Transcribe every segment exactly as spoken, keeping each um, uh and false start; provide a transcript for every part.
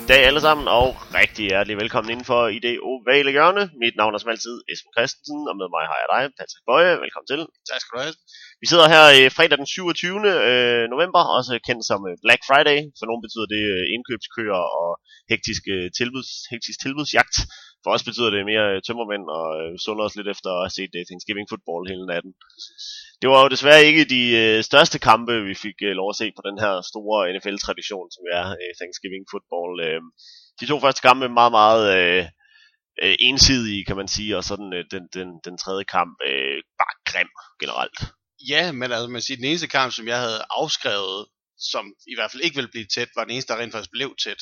Goddag alle sammen, og rigtig hjertelig velkommen indenfor i det ovale hjørne. Mit navn er som altid Esben Christensen, og med mig har jeg dig, Patrick Bøje. Velkommen til. Tak skal du have. Vi sidder her øh, fredag den syvogtyvende november, også kendt som Black Friday. For nogen betyder det øh, indkøbskøer og hektisk, øh, tilbuds, hektisk tilbudsjagt. For os betyder det mere øh, tømmermænd og øh, sunder os lidt efter at have set øh, Thanksgiving football hele natten. Det var jo desværre ikke de øh, største kampe, vi fik øh, lov at se på den her store N F L-tradition, som er øh, Thanksgiving football. Øh, de to første kampe er meget, meget øh, øh, ensidige, kan man sige, og så den, øh, den, den, den tredje kamp øh, bare grim generelt. Ja, men altså man siger, den eneste kamp, som jeg havde afskrevet, som i hvert fald ikke ville blive tæt, var den eneste, der rent faktisk blev tæt.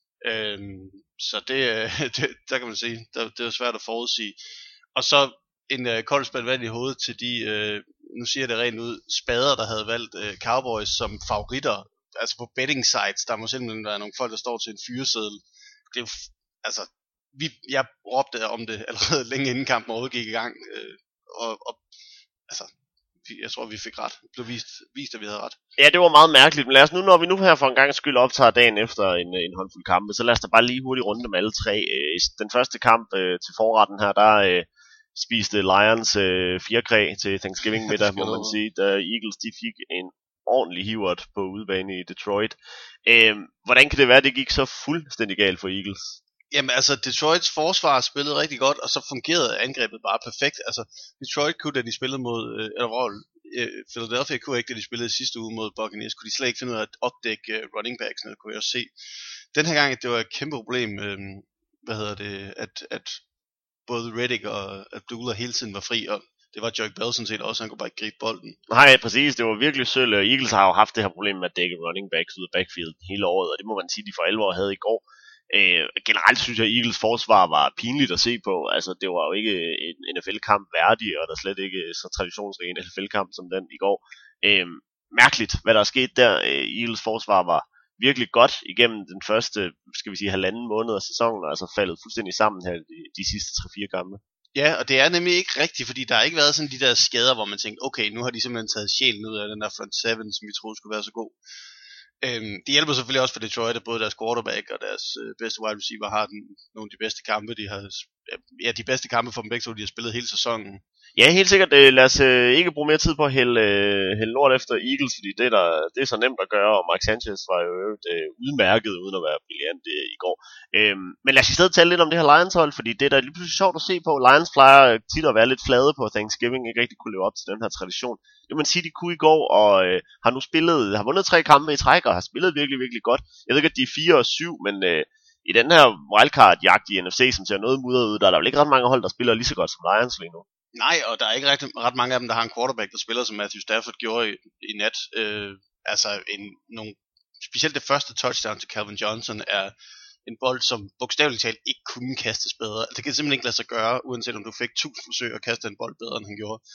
Øhm, så det, øh, det, der kan man sige, det, det er svært at forudsige. Og så en øh, kold spand vand i hovedet til de, øh, nu siger jeg det rent ud, spader, der havde valgt øh, Cowboys som favoritter. Altså på betting sites, der må simpelthen være nogle folk, der står til en fyreseddel. Det er jo, f- altså, vi, jeg råbte om det allerede længe inden kampen overhovedet gik i gang. Øh, og, og, altså, jeg tror, vi fik ret. Det blev vist, vist, at vi havde ret. Ja, det var meget mærkeligt, men lad os nu, når vi nu her for en gang skyld optager dagen efter en, en håndfuld kampe, så lad os da bare lige hurtigt runde dem alle tre. Den første kamp øh, til forretten her, der øh, spiste Lions øh, fjerkræ til Thanksgiving middag, må man sige, da Eagles de fik en ordentlig hivert på udebane i Detroit. Øh, hvordan kan det være, det gik så fuldstændig galt for Eagles? Jamen altså, Detroits forsvar spillede rigtig godt, og så fungerede angrebet bare perfekt. Altså, Detroit kunne, da de spillede mod, øh, eller hvor, øh, Philadelphia kunne ikke, da de spillede sidste uge mod Buccaneers, kunne de slet ikke finde ud af at opdække øh, running backs, det kunne jeg også se. Den her gang, det var et kæmpe problem, øh, hvad hedder det, at, at både Reddick og Abdullah hele tiden var fri, og det var Joey Bell sådan set også, han kunne bare ikke gribe bolden. Nej, præcis, det var virkelig sødt, og Eagles har jo haft det her problem med at dække running backs ud af backfield hele året, og det må man sige, de for alvor havde i går. Øh, generelt synes jeg, at Eagles forsvar var pinligt at se på. Altså, det var jo ikke en N F L-kamp værdig, og der slet ikke så traditionsrig en N F L-kamp som den i går. Øh, mærkeligt, hvad der er sket der. Øh, Eagles forsvar var virkelig godt igennem den første, skal vi sige, halvanden måned af sæsonen, og altså faldet fuldstændig sammen her de, de sidste tre fire kampe. Ja, og det er nemlig ikke rigtigt, fordi der har ikke været sådan de der skader, hvor man tænkte, okay, nu har de simpelthen taget sjælen ud af den der front seven, som vi troede skulle være så god. Øhm, det hjælper selvfølgelig også for Detroit, at både deres quarterback og deres øh, bedste wide receiver har den, nogle af de bedste kampe, de har, ja, de bedste kampe for dem begge to, de har spillet hele sæsonen. Ja, helt sikkert. Øh, lad os øh, ikke bruge mere tid på at hælde, øh, hælde lort efter Eagles, fordi det, der, det er så nemt at gøre, og Mark Sanchez var jo øh, udmærket, uden at være brilliant øh, i går. Øhm, men lad os i stedet tale lidt om det her Lions-hold, fordi det er da lige pludselig sjovt at se på. Lions plejer tit at være lidt flade på Thanksgiving, ikke rigtig kunne leve op til den her tradition. Det man sige, de kunne i går, og øh, har nu spillet, har vundet tre kampe i træk, og har spillet virkelig, virkelig godt. Jeg ved ikke, at de er fire og syv, men øh, i den her wildcard-jagt i N F C, som ser noget mudret ud, der er der vel ikke ret mange hold, der spiller lige så godt som Lions lige nu. Nej, og der er ikke ret, ret mange af dem, der har en quarterback, der spiller som Matthew Stafford gjorde i, i nat. Øh, altså, en, nogle, specielt det første touchdown til Calvin Johnson er en bold, som bogstaveligt talt ikke kunne kastes bedre. Det kan simpelthen ikke lade sig gøre, uanset om du fik tusind forsøg at kaste en bold bedre, end han gjorde.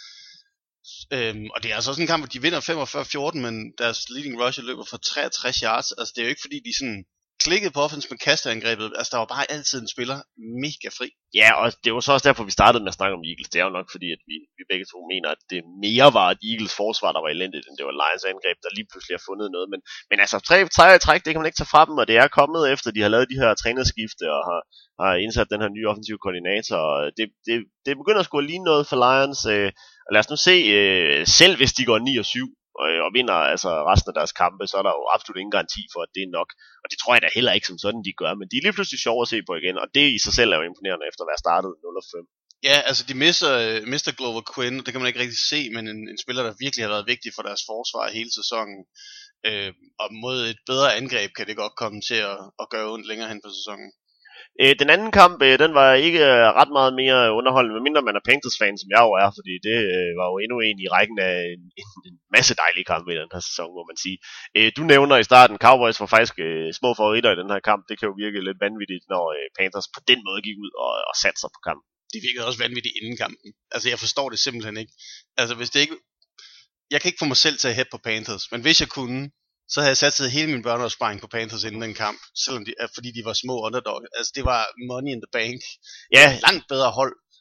Øhm, og det er altså også en kamp, hvor de vinder femogfyrre fjorten, men deres leading rusher løber for treogtres yards. Altså, det er jo ikke fordi, de sådan klikkede på offense med kasteangrebet. Altså, der var bare altid en spiller mega fri. Ja, og det var så også derfor, vi startede med at snakke om Eagles. Det er jo nok fordi, at vi, vi begge to mener, at det mere var et Eagles forsvar, der var elendigt, end det var Lions angreb, der lige pludselig har fundet noget. Men, men altså, tre sejre i træk, det kan man ikke tage fra dem, og det er kommet efter, de har lavet de her trænerskifte og har, har indsat den her nye offensive koordinator. Det, det, det begynder at skulle ligne noget for Lions. Øh, og lad os nu se, øh, selv hvis de går ni og syv, Og, og vinder altså resten af deres kampe, så er der jo absolut ingen garanti for, at det er nok. Og det tror jeg da heller ikke som sådan, de gør. Men de er lige pludselig sjove at se på igen, og det i sig selv er jo imponerende efter at være startet nul og fem. Ja, altså de mister, mister Glover Quinn, det kan man ikke rigtig se, men en, en spiller, der virkelig har været vigtig for deres forsvar hele sæsonen. Øh, og mod et bedre angreb kan det godt komme til at, at gøre ondt længere hen på sæsonen. Øh, den anden kamp, øh, den var ikke øh, ret meget mere underholdende, medmindre man er Panthers-fan, som jeg jo er, fordi det øh, var jo endnu en i rækken af en, en, en masse dejlige kampe i den her sæson, må man sige. Øh, du nævner i starten, Cowboys var faktisk øh, små favoritter i den her kamp. Det kan jo virke lidt vanvittigt, når øh, Panthers på den måde gik ud og, og satte sig på kampen. Det virkede også vanvittigt inden kampen. Altså jeg forstår det simpelthen ikke. Altså hvis det ikke... Jeg kan ikke få mig selv til at hætte på Panthers, men hvis jeg kunne, så havde jeg satset hele min børneopsparing på Panthers inden den kamp, selvom de, fordi de var små underdog. Altså det var money in the bank. Ja, langt bedre hold.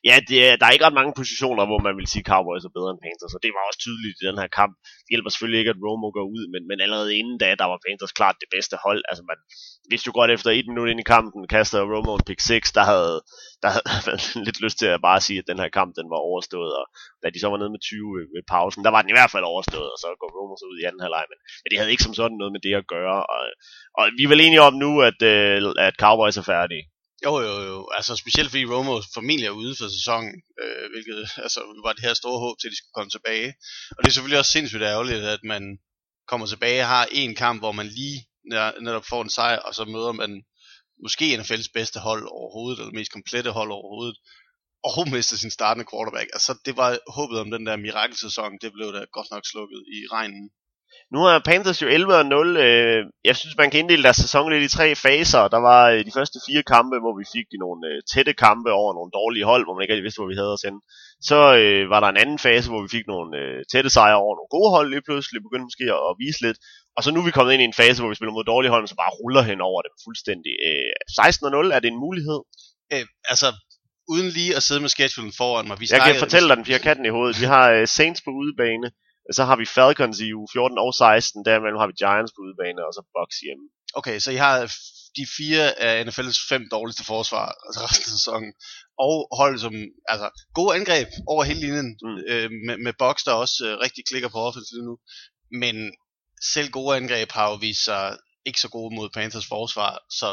Ja, det er, der er ikke ret mange positioner, hvor man vil sige, Cowboys er bedre end Panthers, og det var også tydeligt i den her kamp. Det hjælper selvfølgelig ikke, at Romo går ud, men, men allerede inden da, der var Panthers klart det bedste hold. Altså man vidste jo godt efter et minut ind i kampen, kastede Romo en pick seks, der havde, der havde lidt lyst til at bare sige, at den her kamp, den var overstået, og da de så var nede med tyve ved pausen, der var den i hvert fald overstået, og så går Romo så ud i anden halvleg, men, men det havde ikke som sådan noget med det at gøre, og, og vi er vel enige om nu, at, at Cowboys er færdige. Jo, jo, jo. Altså specielt fordi Romo formentlig er ude for sæsonen, øh, hvilket altså, var det her store håb til, at de skulle komme tilbage. Og det er selvfølgelig også sindssygt ærgerligt, at man kommer tilbage og har en kamp, hvor man lige netop får en sejr, og så møder man måske N F L's bedste hold overhovedet, eller mest komplette hold overhovedet, og mister sin startende quarterback. Altså det var håbet om den der mirakelsæson, det blev da godt nok slukket i regnen. Nu er Panthers jo elleve og nul. Jeg synes, man kan inddele deres sæson lidt i tre faser. Der var de første fire kampe, hvor vi fik nogle tætte kampe over nogle dårlige hold, hvor man ikke rigtig vidste, hvor vi havde os henne. Så øh, var der en anden fase, hvor vi fik nogle øh, tætte sejre over nogle gode hold lige pludselig, begyndte måske at, at vise lidt. Og så nu er vi kommet ind i en fase, hvor vi spiller mod dårlige hold, så bare ruller hen over dem fuldstændig. Øh, seksten og nul, er det en mulighed? Øh, altså, uden lige at sidde med schedulen foran mig. Vi jeg kan fortælle dig den, for jeg kan den i hovedet. Vi har øh, Saints på udebane. Så har vi Falcons i uge fjorten og seksten, derimellem har vi Giants på udebane, og så Bucks hjemme. Okay, så I har de fire af N F L's fem dårligste forsvar, altså resten af sæsonen, og hold som, altså, gode angreb over hele linjen, mm. øh, med, med Bucks, der også øh, rigtig klikker på offense lige nu, men selv gode angreb har jo vist sig ikke så gode mod Panthers forsvar, så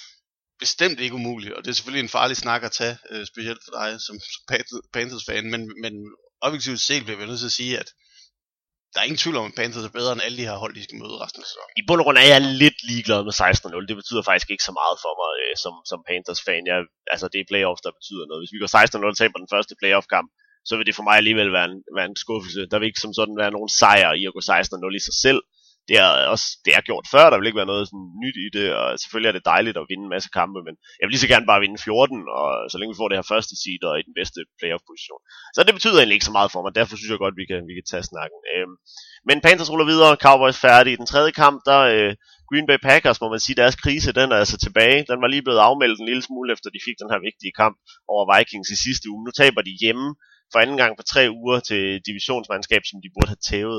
bestemt ikke umuligt, og det er selvfølgelig en farlig snak at tage, øh, specielt for dig som Panthers-fan, men, men objektivt set bliver vi nødt til at sige, at der er ingen tvivl om, at Panthers er bedre end alle de her hold, de skal møde resten af sæsonen. I bund og grund er jeg lidt ligeglad med seksten nul. Det betyder faktisk ikke så meget for mig øh, som, som Panthers-fan. Jeg, altså, det er playoffs, der betyder noget. Hvis vi går seksten nul og taber den første playoff-kamp, så vil det for mig alligevel være en, være en skuffelse. Der vil ikke som sådan være nogen sejr i at gå seksten nul i sig selv. Det er også det er gjort før, der vil ikke være noget sådan nyt i det, og selvfølgelig er det dejligt at vinde en masse kampe, men jeg vil lige så gerne bare vinde fjorten, og så længe vi får det her første seed og i den bedste playoff-position. Så det betyder egentlig ikke så meget for mig, derfor synes jeg godt, vi kan, vi kan tage snakken. Øhm, men Panthers ruller videre, Cowboys færdige. I den tredje kamp, der øh, Green Bay Packers, må man sige, deres krise, den er altså tilbage. Den var lige blevet afmeldt en lille smule, efter de fik den her vigtige kamp over Vikings i sidste uge. Nu taber de hjemme for anden gang på tre uger til divisionsmandskab, som de burde have tævet.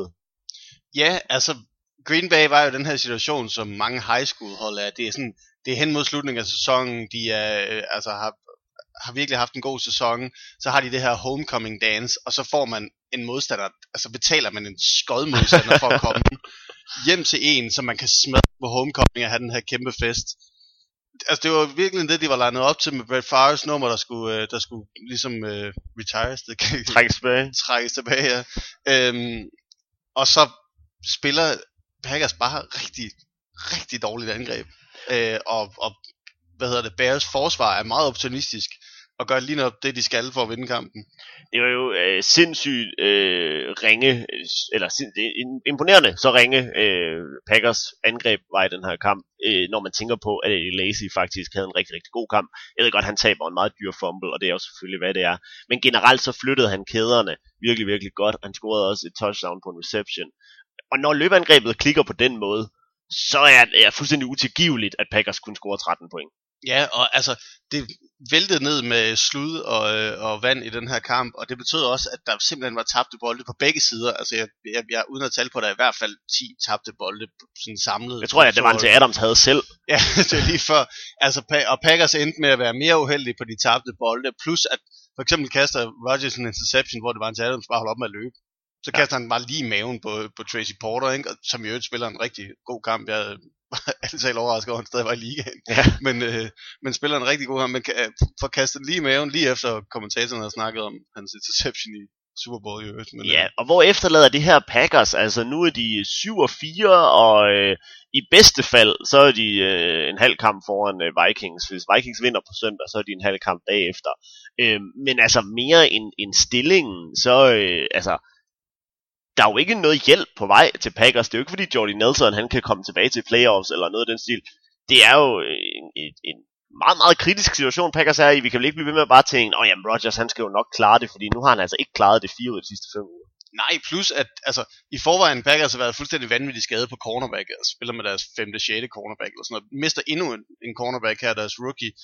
Ja, altså Green Bay var jo den her situation, som mange high school hold er. Det er sådan, det er hen mod slutningen af sæsonen. De er, altså har, har virkelig haft en god sæson. Så har de det her homecoming dance, og så får man en modstander, altså betaler man en skodmodstander for at komme hjem til en, så man kan smadre på homecoming og have den her kæmpe fest. Altså det var virkelig det, de var legnet op til med Brett Favre's nummer, der skulle, der skulle ligesom uh, retires. Det kan trækkes tilbage. Trækkes tilbage, ja. Øhm, og så spiller Packers bare rigtig, rigtig dårligt angreb. Øh, og, og, hvad hedder det, Bears forsvar er meget optimistisk, og gør lige op det, de skal for at vinde kampen. Det var jo øh, sindssygt øh, ringe, eller sind, imponerende, så ringe øh, Packers angreb var i den her kamp, øh, når man tænker på, at Lacy faktisk havde en rigtig, rigtig god kamp. Jeg ved godt, han taber en meget dyr fumble, og det er jo selvfølgelig, hvad det er. Men generelt så flyttede han kæderne virkelig, virkelig godt. Han scorede også et touchdown på en reception. Og når løbeangrebet klikker på den måde, så er det fuldstændig utilgiveligt, at Packers kunne score tretten point. Ja, og altså, det væltede ned med slud og, og vand i den her kamp, og det betød også, at der simpelthen var tabte bolde på begge sider. Altså, jeg, jeg, jeg uden at tale på, der er i hvert fald ti tabte bolde sådan samlet. Jeg tror, at det var til Adams havde selv. Ja, det er lige før. Altså, og Packers endte med at være mere uheldige på de tabte bolde, plus at for eksempel kaster Rodgers en interception, hvor det var til Adams bare holdt op med at løbe. Så kaster ja. han bare lige i maven på, på Tracy Porter, ikke? Som i øvrigt spiller en rigtig god kamp. Jeg er altid overrasket over, at han stadig var i ligaen. Ja. Men, øh, men spiller en rigtig god kamp. Men kan, får kastet lige i maven, lige efter kommentatoren havde snakket om hans interception i Super Bowl i øvrigt. Men, ja, og hvor efterlader det her Packers? Altså nu er de syv og fire, og øh, i bedste fald, så er de øh, en halv kamp foran øh, Vikings. Hvis Vikings vinder på søndag, så er de en halv kamp bagefter. Øh, men altså mere end, end stillingen, så øh, altså... Der er jo ikke noget hjælp på vej til Packers. Det er jo ikke fordi Jordy Nelson han kan komme tilbage til playoffs eller noget af den stil. Det er jo en, en, en meget, meget kritisk situation Packers er i. Vi kan vel ikke blive ved med at bare tænke, åh oh, jamen Rodgers han skal jo nok klare det, fordi nu har han altså ikke klaret det fire ud af de sidste fem uger. Nej, plus at altså, i forvejen Packers har været fuldstændig vanvittigt skade på cornerback. Altså, spiller med deres femte, sjette cornerback eller sådan noget. Mister endnu en, en cornerback her, deres rookie.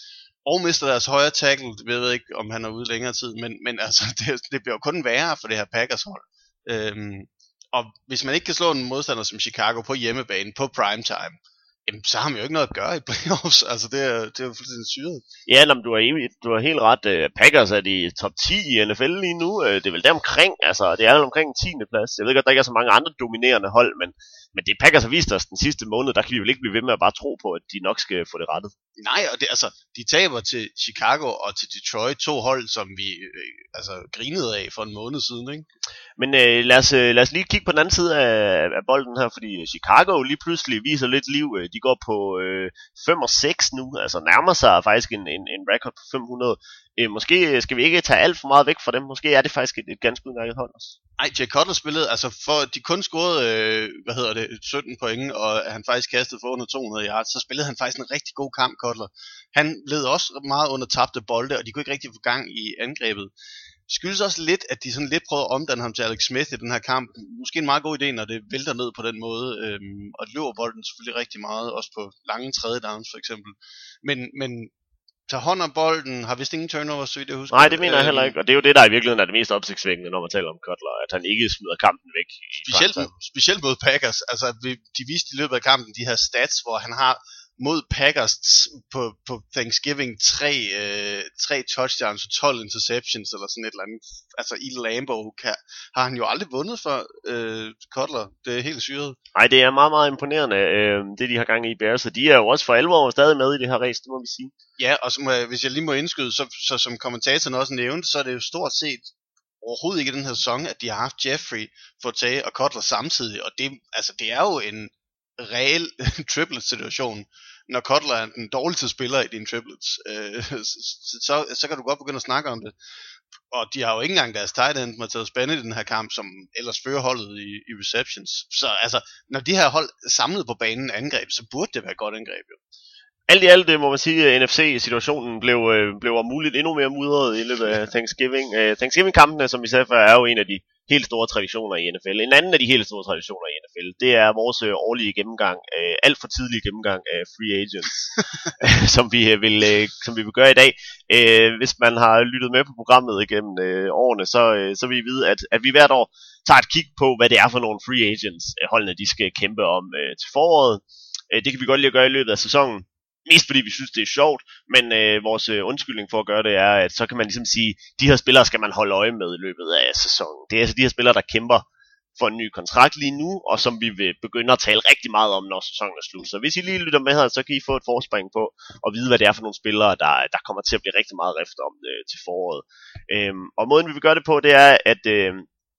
og mister deres højre tackle. Jeg ved ikke, om han er ude længere tid, men, men altså, det, det bliver jo kun værre for det her Packers hold. Øhm, og hvis man ikke kan slå en modstander som Chicago på hjemmebane, på primetime, jamen, så har man jo ikke noget at gøre i playoffs. Altså, det er, det er jo fuldstændig syret. Ja, når du har, du har helt ret. Packers er de top ti i N F L lige nu. Det er vel der omkring, altså, det er vel omkring tiende plads. Jeg ved godt, der ikke er så mange andre dominerende hold, men, men det Packers har vist os den sidste måned, der kan vi vel ikke blive ved med at bare tro på, at de nok skal få det rettet. Nej, og det, altså, de taber til Chicago og til Detroit, to hold, som vi øh, altså, grinede af for en måned siden, ikke? Men øh, lad, os, øh, lad os lige kigge på den anden side af, af bolden her, fordi Chicago lige pludselig viser lidt liv. De går på øh, fem og seks nu, altså nærmer sig faktisk en, en, en record på fem hundrede. Øh, måske skal vi ikke tage alt for meget væk fra dem. Måske er det faktisk et, et ganske udmærket hold også. Nej, Jay Cutler spillede, altså for de kun scorede, øh, hvad hedder det, sytten point, og han faktisk kastede for under to hundrede yards, så spillede han faktisk en rigtig god kamp, Cutler. Han led også meget under tabte bolde, og de kunne ikke rigtig få gang i angrebet. Det skyldes også lidt, at de sådan lidt prøvede at omdanne ham til Alex Smith i den her kamp. Måske en meget god idé, når det vælter ned på den måde, øhm, og løber bolden selvfølgelig rigtig meget, også på lange tredje downs for eksempel. Men, men tager hånd om bolden, har vist ingen turnover, så vidt jeg husker. Nej, det mener jeg heller ikke, og det er jo det, der i virkeligheden er det mest opsigtsvækkende, når man taler om Cutler, at han ikke smider kampen væk. Specielt, specielt mod Packers, altså de viste i løbet af kampen de her stats, hvor han har mod Packers på, på Thanksgiving tre, øh, tre touchdowns og tolv interceptions eller sådan et eller andet. Altså i Lambeau kan, har han jo aldrig vundet for øh, Cutler. Det er helt syret. Nej, det er meget, meget imponerende, øh, det de har gang i Bears, og de er jo også for alvor stadig med i det her race, det må vi sige. Ja, og så må jeg, hvis jeg lige må indskyde, så, så som kommentatoren også nævnte, så er det jo stort set overhovedet ikke i den her sæson, at de har haft Jeffrey, Forte og Cutler samtidig, og det, altså, det er jo en reel triplet-situation. Når Cutler er den dårligste spiller i dine triplets, øh, så, så kan du godt begynde at snakke om det. Og de har jo ikke engang deres tight end, Mathias Bennett i den her kamp, som ellers fører holdet i, i receptions. Så altså, når de her hold samlet på banen angreb, så burde det være et godt angreb, jo. Alt i alt, det må man sige, at N F C-situationen blev, øh, blev om muligt endnu mere mudret i løbet af Thanksgiving. Øh, Thanksgiving-kampene, som vi sagde før, er jo en af de helt store traditioner i N F L. En anden af de helt store traditioner i N F L, det er vores øh, årlige gennemgang, øh, alt for tidlige gennemgang af free agents, som, vi, øh, vil, øh, som vi vil gøre i dag. Øh, hvis man har lyttet med på programmet igennem øh, årene, så, øh, så vil I vide, at, at vi hvert år tager et kig på, hvad det er for nogle free agents, øh, holdene de skal kæmpe om øh, til foråret. Øh, det kan vi godt lide at gøre i løbet af sæsonen. Mest fordi vi synes det er sjovt, men øh, vores øh, undskyldning for at gøre det er, at så kan man ligesom sige, de her spillere skal man holde øje med i løbet af sæsonen. Det er altså de her spillere, der kæmper for en ny kontrakt lige nu, og som vi vil begynde at tale rigtig meget om, når sæsonen er slut. Så hvis I lige lytter med her, så kan I få et forspring på at vide, hvad det er for nogle spillere, der, der kommer til at blive rigtig meget rift om øh, til foråret. Øhm, og måden vi vil gøre det på, det er, at... Øh,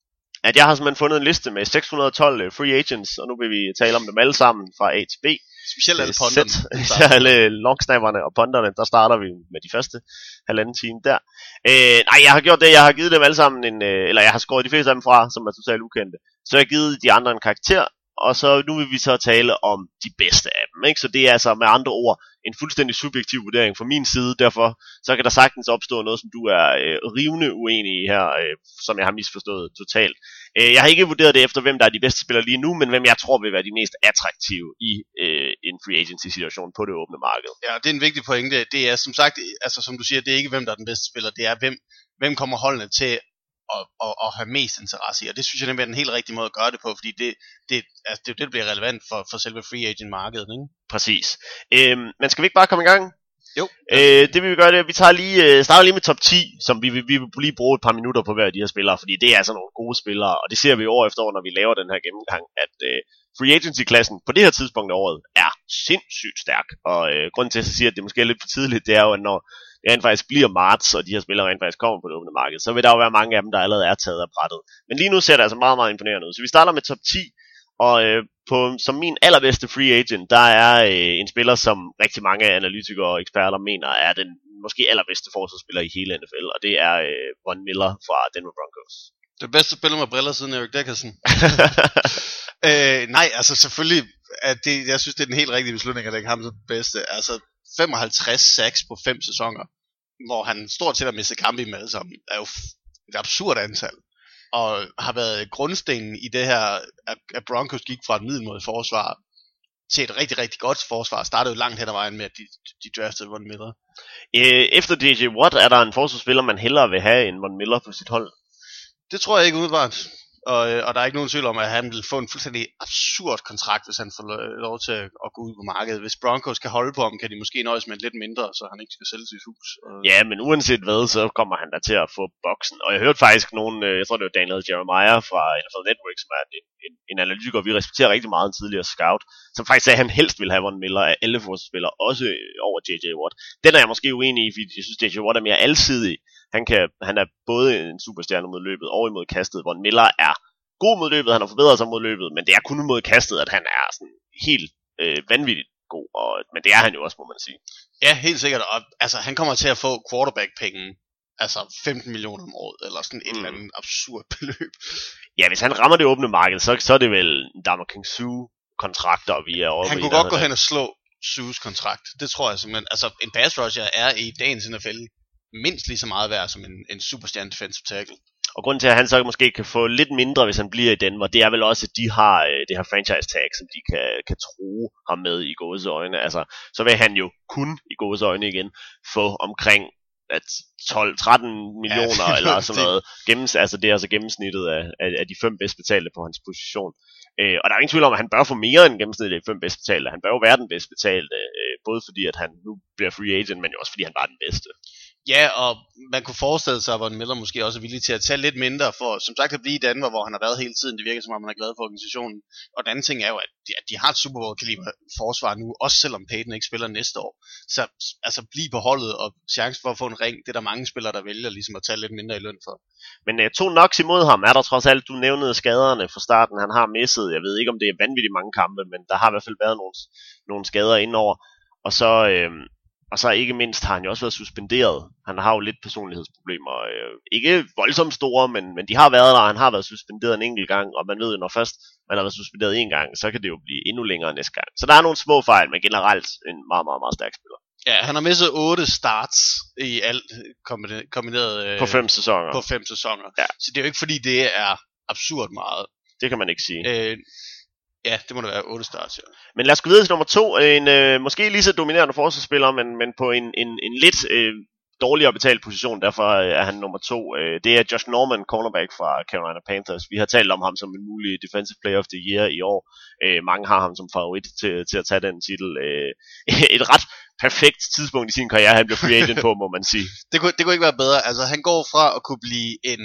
at jeg har simpelthen fundet en liste med seks hundrede og tolv uh, free agents, og nu vil vi tale om dem alle sammen fra A til B. Specielt alle ponderne. Især alle longsnapperne og ponderne, der starter vi med de første halvanden time der. Øh, nej, jeg har gjort det, jeg har givet dem alle sammen en, øh, eller jeg har skåret de fleste af dem fra, som er totalt ukendte. Så jeg har givet de andre en karakter, og så nu vil vi så tale om de bedste af dem, ikke? Så det er altså med andre ord en fuldstændig subjektiv vurdering fra min side, derfor så kan der sagtens opstå noget, som du er øh, rivende uenig i her, øh, som jeg har misforstået totalt. Øh, jeg har ikke vurderet det efter, hvem der er de bedste spillere lige nu, men hvem jeg tror vil være de mest attraktive i øh, en free agency situation på det åbne marked. Ja, det er en vigtig pointe. Det er som sagt, altså som du siger, det er ikke hvem der er den bedste spiller, det er hvem, hvem kommer holdene til Og, og, og have mest interesse i, og det synes jeg nemlig er den helt rigtige måde at gøre det på, fordi det, det, altså, det er jo det, der bliver relevant for, for selve free agent markedet, ikke? Præcis. Øhm, men skal vi ikke bare komme i gang? Jo. Øh, det vil vi gøre, det vi tager lige, øh, starter lige med top ti, som vi, vi, vi vil lige bruge et par minutter på hver af de her spillere, fordi det er altså nogle gode spillere, og det ser vi år efter år, når vi laver den her gennemgang, at øh, free agency-klassen på det her tidspunkt af året er sindssygt stærk, og øh, grunden til at jeg siger, at det måske er lidt for tidligt, det er jo, at når det rent faktisk bliver marts, og de her spillere rent faktisk kommer på det åbne marked, så vil der jo være mange af dem, der allerede er taget af brættet. Men lige nu ser det altså meget, meget imponerende ud. Så vi starter med top ti, og øh, på, som min allerbedste free agent, der er øh, en spiller, som rigtig mange analytikere og eksperter mener er den måske allerbedste forsvarsspiller i hele N F L, og det er øh, Von Miller fra Denver Broncos. Det bedste spiller med briller siden Eric Dickerson. øh, nej, altså selvfølgelig, at det, jeg synes, det er den helt rigtige beslutning, at lægge ham som det bedste. Altså femoghalvtreds sacks på fem sæsoner, hvor han stort set har mistet kampe i med alle sammen, er jo et absurd antal, og har været grundstenen i det her, at Broncos gik fra et middelmådigt forsvar til et rigtig, rigtig godt forsvar. Startede jo langt hen ad vejen med, at de, de draftede Von Miller. Øh, efter D J Watt er der en forsvarsspiller, man hellere vil have end Von Miller på sit hold? Det tror jeg ikke umiddelbart. Og, og der er ikke nogen tvivl om, at han vil få en fuldstændig absurd kontrakt, hvis han får lov til at gå ud på markedet. Hvis Broncos kan holde på ham, kan de måske nøjes med lidt mindre, så han ikke skal sælge sit hus. Og... Ja, men uanset hvad, så kommer han da til at få boksen. Og jeg hørte faktisk nogen, jeg tror det var Daniel Jeremiah fra N F L Network, som er en, en, en analytiker, vi respekterer rigtig meget en tidligere scout, som faktisk sagde, at han helst ville have Von Miller af alle forsvarsspillere, også over J J Watt. Den er jeg måske uenig i, fordi jeg synes, J J Watt er mere alsidig. Han, kan, han er både en superstjerne mod løbet og imod kastet. Von Miller er god mod løbet, han har forbedret sig mod løbet, men det er kun mod kastet, at han er sådan helt øh, vanvittigt god, og, men det er han jo også, må man sige. Ja, helt sikkert, og altså, han kommer til at få quarterback-penge, altså femten millioner om året, eller sådan et mm. eller andet absurd beløb. Ja, hvis han rammer det åbne marked, så, så er det vel Ndamukong King Suh-kontrakter, vi er over. Han kunne godt gå hen og slå Suhs kontrakt, det tror jeg simpelthen. Altså, en pass rusher er i dagens N F L mindst lige så meget værd som en, en superstjerne defensive tackle. Og grunden til, at han så måske kan få lidt mindre, hvis han bliver i Denver, det er vel også, at de har øh, det her franchise tag, som de kan, kan true ham med i gåseøjne. Altså, så vil han jo kun i gåseøjne igen få omkring at tolv tretten millioner ja, eller sådan noget. Gennems, altså det er altså gennemsnittet af, af, af de fem bedst betalte på hans position. Øh, og der er ingen tvivl om, at han bør få mere end gennemsnittet af de fem bedst betalte. Han bør jo være den bedst betalte, øh, både fordi at han nu bliver free agent, men jo også fordi han var den bedste. Ja, og man kunne forestille sig, at Von Miller måske også er villig til at tage lidt mindre for, som sagt, at blive i Danmark, hvor han har været hele tiden. Det virker som om, han er glad for organisationen. Og den anden ting er jo, at de, at de har et Super Bowl-kaliber forsvar nu, også selvom Peyton ikke spiller næste år. Så altså, blive på holdet og chance for at få en ring, det er der mange spillere, der vælger ligesom at tage lidt mindre i løn for. Men uh, to knocks imod ham er der trods alt. Du nævnede skaderne fra starten. Han har misset, jeg ved ikke, om det er vanvittigt mange kampe, men der har i hvert fald været nogle, nogle skader indover. Og så... Øh, Og så ikke mindst har han jo også været suspenderet. Han har jo lidt personlighedsproblemer. Øh, ikke voldsomt store, men, men de har været der, og han har været suspenderet en enkelt gang. Og man ved jo, når først man har været suspenderet en gang, så kan det jo blive endnu længere næste gang. Så der er nogle små fejl, men generelt en meget, meget, meget stærk spiller. Ja, han har misset otte starts i alt kombineret øh, på fem sæsoner. På fem sæsoner. Ja. Så det er jo ikke fordi, det er absurd meget. Det kan man ikke sige. Øh, Ja, det må da være otte starts, ja. Men lad os gå videre til nummer to. En øh, måske lige så dominerende forsvarsspiller, men, men på en, en, en lidt øh, dårligere betalt position. Derfor øh, er han nummer to. Øh, det er Josh Norman, cornerback fra Carolina Panthers. Vi har talt om ham som en mulig Defensive Player of the Year i år. Øh, mange har ham som favorit til, til at tage den titel. Øh, et ret perfekt tidspunkt i sin karriere, han blev free agent på, må man sige. Det kunne, det kunne ikke være bedre. Altså, han går fra at kunne blive en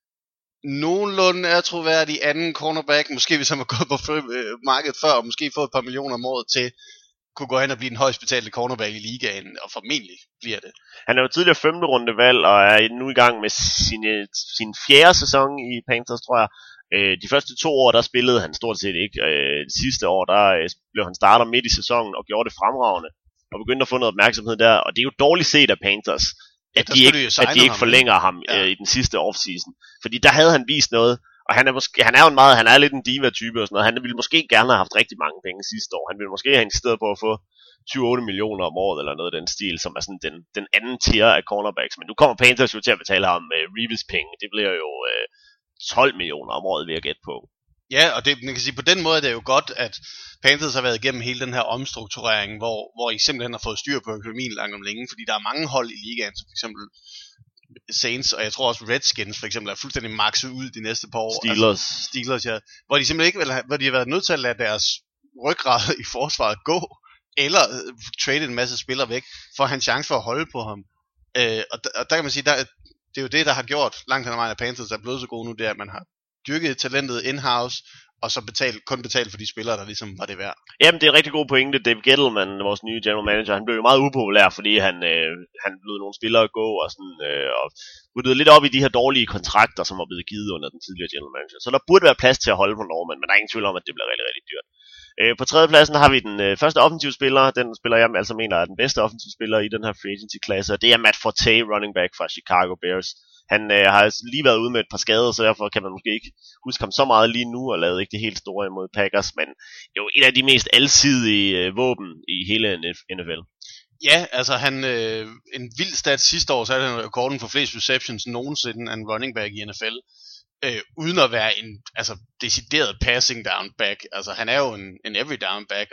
nogenlunde er troværdig anden cornerback, måske hvis han var gået på markedet før, og måske få et par millioner om året til, kunne gå hen og blive den højst betalte cornerback i ligaen, og formentlig bliver det. Han er jo tidligere femte runde valg, og er nu i gang med sin, sin fjerde sæson i Panthers, tror jeg. De første to år, der spillede han stort set ikke. Det sidste år, der blev han starter midt i sæsonen, og gjorde det fremragende, og begyndte at få noget opmærksomhed der, og det er jo dårligt set af Panthers, at de ikke, at de ikke forlænger ham ja. øh, i den sidste offseason. Fordi der havde han vist noget, og han er, måske, han er jo en meget, han er lidt en diva-type og sådan noget. Han ville måske gerne have haft rigtig mange penge sidste år. Han ville måske have insisteret på at få syv otte millioner om året, eller noget af den stil, som er sådan den, den anden tier af cornerbacks. Men nu kommer Panthers jo til at betale ham øh, Reeves penge. Det bliver jo øh, tolv millioner om året, vil jeg gætte på. Ja, og det, man kan sige, på den måde er det jo godt, at Panthers har været igennem hele den her omstrukturering, hvor, hvor I simpelthen har fået styr på økonomien langt om længe, fordi der er mange hold i ligaen, som for eksempel Saints, og jeg tror også Redskins for eksempel, er fuldstændig makset ud de næste par år. Steelers. Altså, Steelers, ja. Hvor de simpelthen ikke vil have, hvor de har været nødt til at lade deres ryggrad i forsvaret gå, eller uh, trade en masse spillere væk, for at have en chance for at holde på ham. Uh, og, der, og der kan man sige, der, det er jo det, der har gjort langt hen ad vejen, at Panthers er blevet så gode nu, det er, at man har dyrket talentet in-house, og så betalt, kun betalt for de spillere, der ligesom var det værd. Jamen, det er en rigtig god pointe. Dave Gettleman, vores nye general manager, han blev jo meget upopulær, fordi han, øh, han lod nogle spillere gå, og sådan, øh, og puttede lidt op i de her dårlige kontrakter, som var blevet givet under den tidligere general manager. Så der burde være plads til at holde på Norman, men der er ingen tvivl om, at det bliver rigtig, rigtig dyrt. Øh, på tredje pladsen har vi den øh, første offensive spiller, den spiller jeg altså mener er den bedste offensive spiller i den her free agency klasse, og det er Matt Forte, running back fra Chicago Bears. Han øh, har lige været ude med et par skader, så derfor kan man måske ikke huske ham så meget lige nu, og lavet ikke det helt store imod Packers, men jo et af de mest alsidige øh, våben i hele N F L. Ja, altså han øh, en vild stat sidste år, så er han rekorden for flest receptions nogensinde af en running back i N F L, øh, uden at være en altså decideret passing down back. Altså han er jo en, en every down back, og, og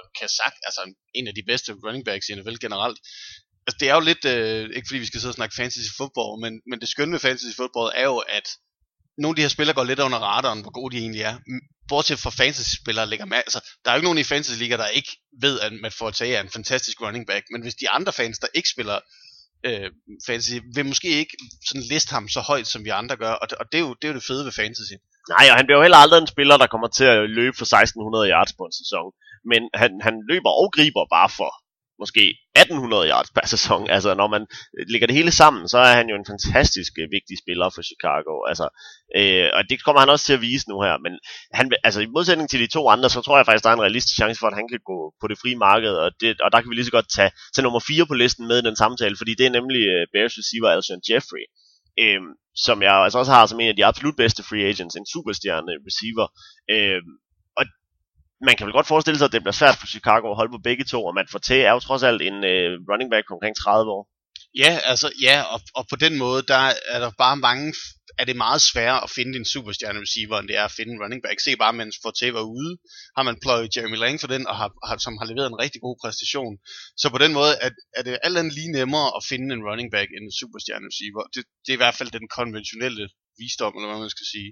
kan sagt, altså en af de bedste running backs i N F L generelt. Altså det er jo lidt, øh, ikke fordi vi skal sidde og snakke fantasy football, men, men det skønne ved fantasy football er jo, at nogle af de her spillere går lidt under radaren, hvor gode de egentlig er. Bortset fra fantasy-spillere ligger med, altså der er jo ikke nogen i fantasy-liga, der ikke ved, at Matt Forte er en fantastisk running back, men hvis de andre fans, der ikke spiller øh, fantasy, vil måske ikke sådan liste ham så højt, som vi andre gør, og det, og det, er, jo, det er jo det fede ved fantasy. Nej, og han bliver jo heller aldrig en spiller, der kommer til at løbe for seksten hundrede yards på en sæson, men han, han løber og griber bare for måske atten hundrede yards per sæson. Altså når man lægger det hele sammen, så er han jo en fantastisk uh, vigtig spiller for Chicago. Altså, øh, og det kommer han også til at vise nu her. Men han, altså i modsætning til de to andre, så tror jeg faktisk, der er en realistisk chance for, at han kan gå på det frie marked. Og, det, og der kan vi lige så godt tage, tage nummer fire på listen med i den samtale, fordi det er nemlig uh, Bears receiver Alshon Jeffrey, øh, som jeg altså også har som en af de absolut bedste free agents, en superstjerne receiver. Øh, og man kan vel godt forestille sig, at det bliver svært for Chicago at holde på begge to, og Matt Forte er jo trods alt en uh, running back på omkring tredive år. Ja, altså, ja, og, og på den måde, der er der bare mange, er det meget sværere at finde en superstjerne receiver, end det er at finde en running back. Se bare, mens Forte var ude, har man pløjet Jeremy Lang for den, og har, har, som har leveret en rigtig god præstation. Så på den måde er, er det alt andet lige nemmere at finde en running back end en superstjerne receiver. Det, det er i hvert fald den konventionelle visdom, eller hvad man skal sige.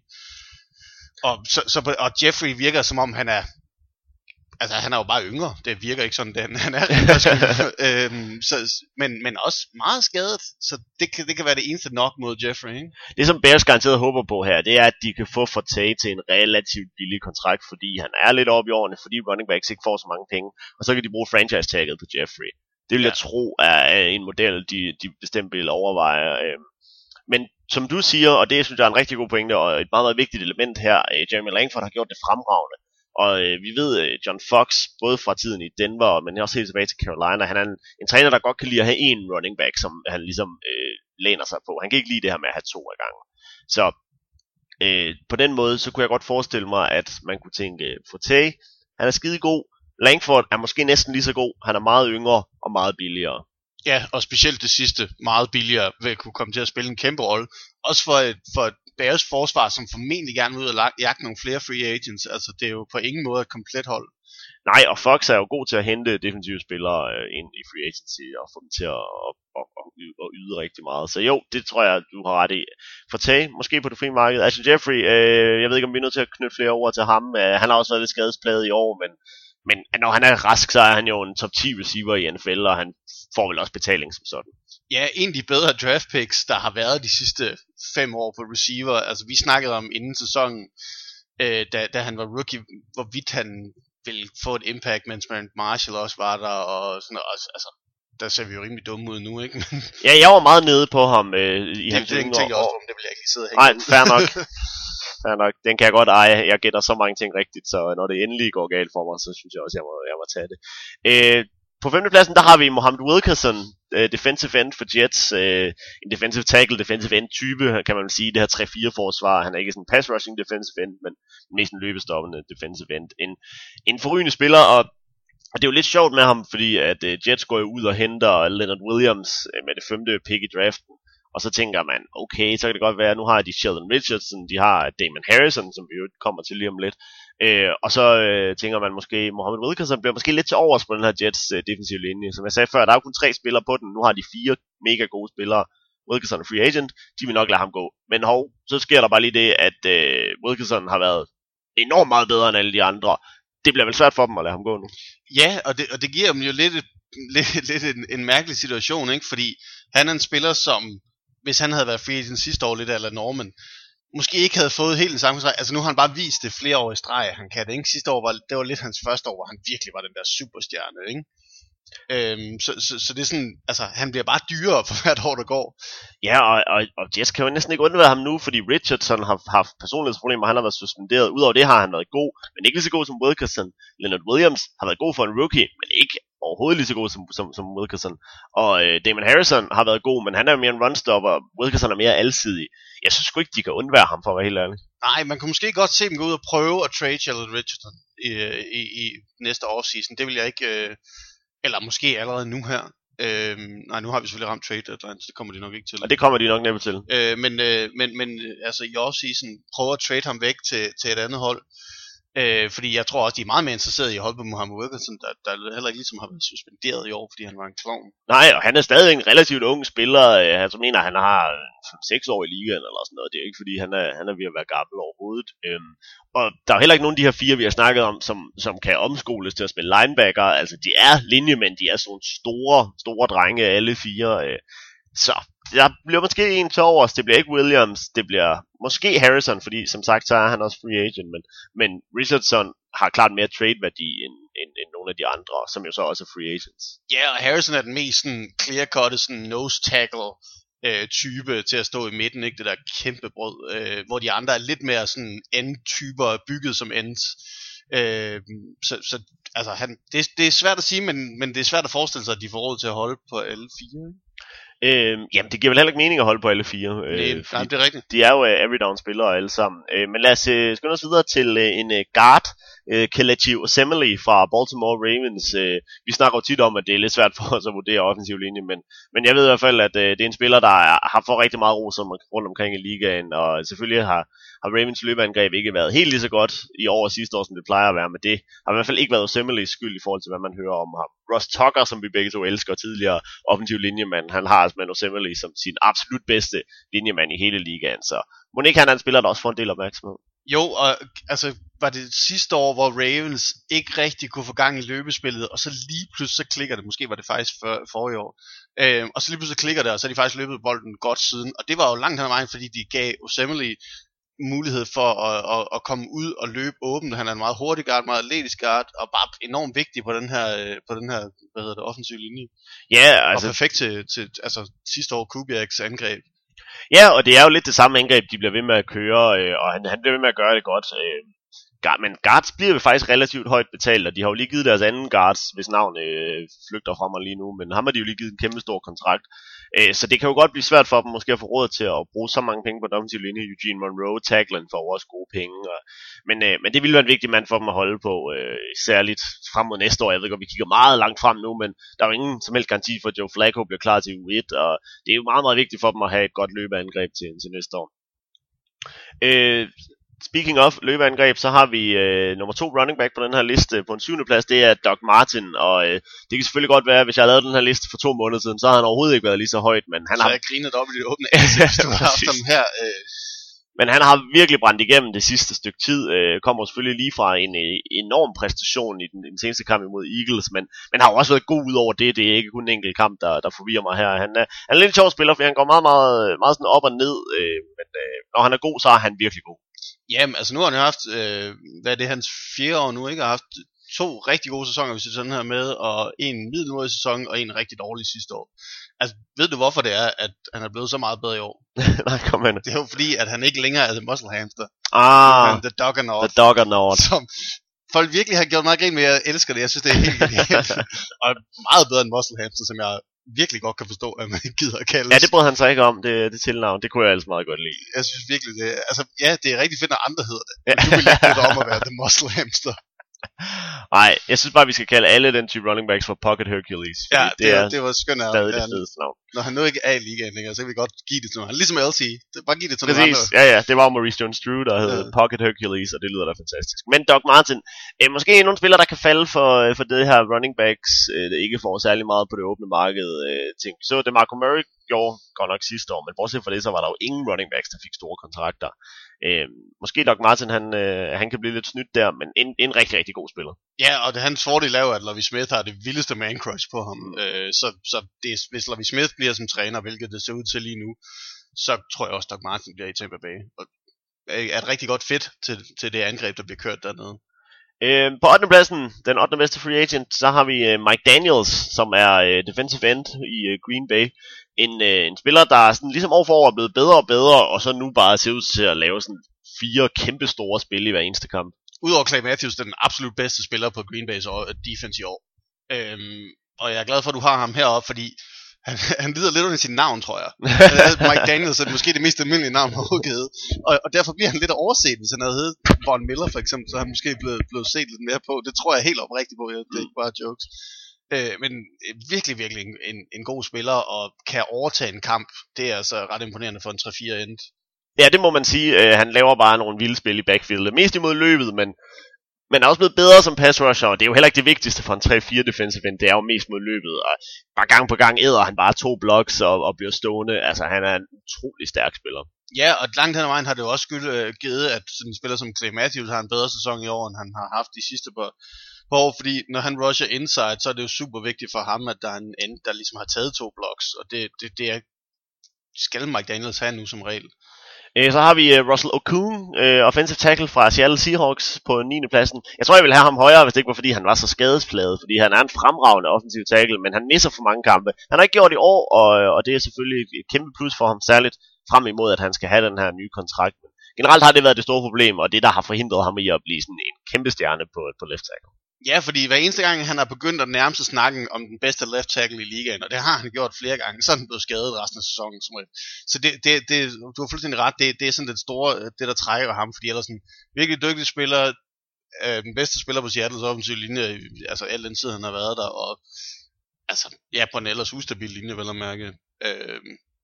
Og, så, så, og Jeffrey virker som om han er, altså han er jo bare yngre, det virker ikke sådan, den han er øhm, så, men, men også meget skadet, så det kan, det kan være det eneste nok mod Jeffrey, ikke? Det som Bears garanteret håber på her, det er at de kan få Forte til en relativt billig kontrakt, fordi han er lidt oppe i årene, fordi running backs ikke får så mange penge, og så kan de bruge franchise tagget på Jeffrey. Det vil ja. jeg tro er en model, de, de bestemt vil overveje. Men som du siger, og det synes jeg er en rigtig god pointe, og et meget, meget vigtigt element her, Jeremy Langford har gjort det fremragende. Og øh, vi ved, øh, John Fox, både fra tiden i Denver, men også helt tilbage til Carolina, han er en, en træner, der godt kan lide at have en running back, som han ligesom øh, læner sig på. Han kan ikke lide det her med at have to ad gangen. Så øh, på den måde, så kunne jeg godt forestille mig, at man kunne tænke, Forte, han er skide god. Langford er måske næsten lige så god. Han er meget yngre og meget billigere. Ja, og specielt det sidste, meget billigere, vil kunne komme til at spille en kæmpe rolle. Også for et, for et Bears forsvar, som formentlig gerne vil ud og jagte nogle flere free agents. Altså, det er jo på ingen måde et komplet hold. Nej, og Fox er jo god til at hente defensive spillere øh, ind i free agency og få dem til at, at, at, at, at yde rigtig meget. Så jo, det tror jeg, du har ret i. Forte, måske på det frie marked. Alshon Jeffrey, øh, jeg ved ikke, om vi er nødt til at knytte flere ord til ham. Uh, han har også været lidt skadesplaget i år, men, men når han er rask, så er han jo en top ti receiver i N F L, og han får vel også betaling som sådan. Ja, en af de bedre draft picks, der har været de sidste fem år på receiver. Altså, vi snakkede om inden sæsonen, øh, da, da han var rookie, hvorvidt han ville få et impact, mens Marshall også var der, og sådan noget. Altså, der ser vi jo rimelig dumme ud nu, ikke? Ja, jeg var meget nede på ham øh, i det, hans det, yngre det, år. også, det vil jeg ikke lige sidde og hænge. Nej, fair nok. fair nok. Den kan jeg godt eje. Jeg gætter så mange ting rigtigt, så når det endelig går galt for mig, så synes jeg også, jeg må, jeg må tage det. Øh, På femtepladsen, der har vi Mohamed Wilkerson, uh, defensive end for Jets, uh, en defensive tackle, defensive end type, kan man sige, det her tre fire forsvar. Han er ikke sådan en pass rushing defensive end, men mest en løbestoppende defensive end. En, en forrygende spiller, og, og det er jo lidt sjovt med ham, fordi at uh, Jets går jo ud og henter Leonard Williams uh, med det femte pick i draften. Og så tænker man, okay, så kan det godt være, nu har de Sheldon Richardson, de har Damon Harrison, som vi jo kommer til lige om lidt. Øh, og så øh, tænker man måske, Mohamed Wilkerson bliver måske lidt til overs på den her Jets øh, defensive linje. Som jeg sagde før, der er jo kun tre spillere på den, nu har de fire mega gode spillere. Wilkerson er free agent, de vil nok lade ham gå. Men hov, så sker der bare lige det, at øh, Wilkerson har været enormt meget bedre end alle de andre. Det bliver vel svært for dem at lade ham gå nu. Ja, og det, og det giver dem jo lidt, lidt, lidt en, en mærkelig situation, ikke? Fordi han er en spiller, som hvis han havde været free agent sidste år lidt eller Norman, måske ikke havde fået helt den samme kontrakt. Altså nu har han bare vist det flere år i streg, han kan det, ikke? Sidste år var, det var lidt hans første år, hvor han virkelig var den der superstjerne, ikke? Øhm, så, så, så det er sådan, altså han bliver bare dyrere for hvert år der går. Ja, og, og, og Jets kan jo næsten ikke undvære ham nu, fordi Richardson har haft personlighedsproblemer, han har været suspenderet. Udover det har han været god, men ikke lige så god som Wilkerson. Leonard Williams har været god for en rookie, men ikke overhovedet lige så god som, som, som Wilkerson. Og øh, Damon Harrison har været god, men han er mere en runstopper, Wilkerson er mere alsidig. Jeg synes sgu ikke, de kan undvære ham, for at være helt ærlig. Nej, man kunne måske godt se dem gå ud og prøve at trade Sheldon Richardson i, i, i næste offseason. Det vil jeg ikke... Øh... Eller måske allerede nu her. Øhm, nej, nu har vi selvfølgelig ramt trade deadline, så det kommer de nok ikke til. Og det kommer de nok næppe til. Øh, men, øh, men, men altså i offseason prøver at trade ham væk til, til et andet hold. Øh, fordi jeg tror også, de er meget mere interesserede i at holde på Mohamed Wilkerson, der, der heller ikke ligesom har været suspenderet i år, fordi han var en klovn. Nej, og han er stadig en relativt ung spiller. Jeg så mener, han har seks år i ligaen eller sådan noget. Det er ikke fordi, han er, han er ved at være gammel overhovedet. Øhm, og der er heller ikke nogen af de her fire, vi har snakket om, som, som kan omskoles til at spille linebacker. Altså, de er linjemænd, de er sådan nogle store, store drenge, alle fire. Øh. Så der bliver måske en til overs. Det bliver ikke Williams, det bliver måske Harrison, fordi som sagt, så er han også free agent. Men, men Richardson har klart mere trade-værdi end, end, end nogle af de andre, som jo så også er free agents. Ja, og Harrison er den mest sådan, clear-cut, sådan nose tackle øh, type til at stå i midten, ikke det der kæmpe brød, øh, hvor de andre er lidt mere sådan end-typer, bygget som ends. Øh, så, så altså, han, det, det er svært at sige, men, men det er svært at forestille sig, at de får råd til at holde på alle fire, ikke? Øh, jamen det giver vel heller ikke mening at holde på alle fire. Øh, nej, nej, det er rigtigt. De er jo uh, every down spillere alle sammen. Øh, men lad os uh, skynde os videre til uh, en uh, guard, uh, Kelechi Osemele fra Baltimore Ravens. Uh, vi snakker jo tit om, at det er lidt svært for os at vurdere offensiv linje, men, men jeg ved i hvert fald, at uh, det er en spiller, der er, har fået rigtig meget ros rundt omkring i ligaen, og selvfølgelig har, har Ravens løbeangreb ikke været helt lige så godt i år og sidste år, som det plejer at være, men det har i hvert fald ikke været Osemeles skyld i forhold til, hvad man hører om ham. Ross Tucker, som vi begge to elsker, tidligere offensiv linjemand, han har altså med Osemele som sin absolut bedste linjemand i hele ligaen, så må ikke han er en spiller, der også får en del opmærksomhed. Jo, og altså var det sidste år, hvor Ravens ikke rigtig kunne få gang i løbespillet, og så lige pludselig så klikker det, måske var det faktisk for, forrige år, øh, og så lige pludselig klikker det, og så har de faktisk løbet bolden godt siden, og det var jo langt hen ad vejen, fordi de gav Osemele mulighed for at, at, at komme ud og løbe åbent. Han er en meget hurtig guard, meget atletisk guard, og bare enormt vigtig på den her, på den her hvad hedder det, offensive linje. Ja, altså... Og perfekt til, til altså, sidste år Kubiaks angreb. Ja, og det er jo lidt det samme angreb, de bliver ved med at køre, øh, og han, han bliver ved med at gøre det godt. Øh, men guards bliver jo faktisk relativt højt betalt, og de har jo lige givet deres anden guards, hvis navn øh, flygter fra mig lige nu, men ham har de jo lige givet en kæmpe stor kontrakt. Øh, så det kan jo godt blive svært for dem måske at få råd til at bruge så mange penge på den offensive linje. Eugene Monroe, tacklen får også gode penge. Og, men, øh, men det ville være en vigtig mand for dem at holde på, øh, særligt frem mod næste år. Jeg ved godt, vi kigger meget langt frem nu, men der er jo ingen som helst garanti for, at Joe Flacco bliver klar til U et, og det er jo meget, meget vigtigt for dem at have et godt løbeangreb til, til næste år. Øh, Speaking of løbeangreb, så har vi øh, nummer to running back på den her liste på en syvende plads, det er Doug Martin, og øh, det kan selvfølgelig godt være, at hvis jeg havde lavet den her liste for to måneder siden, så har han overhovedet ikke været lige så højt, men han så har... jeg grinet op i det åbne ansigt, hvis du har haft dem her. Øh... Men han har virkelig brændt igennem det sidste stykke tid, øh, kommer selvfølgelig lige fra en øh, enorm præstation i den, den seneste kamp imod Eagles, men, men har også været god ud over det, det er ikke kun en enkelt kamp, der, der forvirrer mig her. Han er, han er lidt sjov spiller, for han går meget, meget, meget sådan op og ned, øh, men øh, når han er god, så er han virkelig god. Jamen, altså nu har han jo haft, øh, hvad er det, hans fjerde år nu, ikke? Har haft to rigtig gode sæsoner, hvis det er sådan her med, og en middelmådig sæson, og en rigtig dårlig sidste år. Altså, ved du hvorfor det er, at han er blevet så meget bedre i år? Nej, kom med. Det er jo fordi, at han ikke længere er The Muscle Hamster. Ah, men The Duggernaut. The Duggernaut. Som folk virkelig har gjort meget grin med, jeg elsker det, jeg synes det er helt genialt. Og meget bedre end Muscle Hamster, som jeg virkelig godt kan forstå, at man ikke gider at kalde. Ja, det brød han sig ikke om, det, det tilnavn. Det kunne jeg altså meget godt lide. Jeg synes virkelig det. Altså, ja, det er rigtig fedt, når andre hedder det. Men du vil ikke det om at være The Muscle Hamster. Nej, jeg synes bare, vi skal kalde alle den type running backs for Pocket Hercules. Ja, det, det er det var skønt. Stadig det fedeste navn. Når han nu ikke er i ligaen længere, så kan vi godt give det til nogen. Ligesom L T. Det, bare give det til Præcis. nogen andre. Ja, ja, det var Maurice Jones-Drew, der hed ja. Pocket Hercules, og det lyder da fantastisk. Men Doug Martin, øh, måske nogle spillere, der kan falde for, øh, for det her running backs, øh, der ikke får særlig meget på det åbne marked øh, ting. Så det Marco Murray gjorde godt nok sidste år, men bortset fra det, så var der jo ingen running backs, der fik store kontrakter. Øh, måske Doug Martin, han, øh, han kan blive lidt snydt der, men en, en rigtig, rigtig god spiller. Ja, og det, hans fordel er jo, at Lovie Smith har det vildeste man crush på ham. Mm. Øh, så så det, hvis Lovie Smith bliver som træner, hvilket det ser ud til lige nu, så tror jeg også, at Doug Martin bliver i Tampa Bay. Og er et rigtig godt fit til, til det angreb, der bliver kørt dernede. Øh, på ottende pladsen, den ottende bedste free agent, så har vi øh, Mike Daniels, som er øh, defensive end i øh, Green Bay. En, øh, en spiller, der er sådan, ligesom år for år er blevet bedre og bedre, og så nu bare ser ud til at lave sådan fire kæmpe store spil i hver eneste kamp. Udover Clay Matthews, den absolut bedste spiller på Green Bay's defense i år. Øhm, og jeg er glad for, at du har ham heroppe, fordi han, han lider lidt under sit navn, tror jeg. Mike Daniels er måske det mest almindelige navn, han har udgivet. Og, og derfor bliver han lidt overset, hvis han havde heddet Von Miller for eksempel, så er han måske blevet, blevet set lidt mere på. Det tror jeg helt oprigtigt på, det er ikke bare jokes. Øh, men virkelig, virkelig en, en, en god spiller, og kan overtage en kamp. Det er altså ret imponerende for en tre fire end. Ja, det må man sige. Uh, han laver bare nogle vilde spil i backfield. Mest imod løbet, men Men er også blevet bedre som pass rusher, og det er jo heller ikke det vigtigste for en tre fire defensive end, det er jo mest mod løbet, og bare gang på gang æder han bare to blocks og, og bliver stående. Altså han er en utrolig stærk spiller. Ja, og langt hen ad vejen har det jo også skyld øh, givet, at sådan en spiller som Clay Matthews har en bedre sæson i år, end han har haft de sidste par, par år, fordi når han rusher inside, så er det jo super vigtigt for ham, at der er en end, der ligesom har taget to blocks, og det, det, det er, skal Mike Daniels have nu som regel. Så har vi Russell Okung, offensive tackle fra Seattle Seahawks på niende pladsen. Jeg tror, jeg ville have ham højere, hvis det ikke var, fordi han var så skadesplaget, fordi han er en fremragende offensive tackle, men han misser for mange kampe. Han har ikke gjort det i år, og, og det er selvfølgelig et kæmpe plus for ham, særligt frem imod, at han skal have den her nye kontrakt. Men generelt har det været det store problem, og det, der har forhindret ham i at blive sådan en kæmpe stjerne på, på left tackle. Ja, fordi hver eneste gang, han har begyndt at nærme sig snakken om den bedste left tackle i ligaen, og det har han gjort flere gange, så er han blevet skadet resten af sæsonen. Så det, det, det, du har fuldstændig ret, det, det er sådan det store, det der trækker ham, fordi ellers en virkelig dygtig spiller, øh, den bedste spiller på Seattles offensive linje, altså al den tid han har været der, og altså, ja, på en ellers ustabil linje, vel at mærke, øh,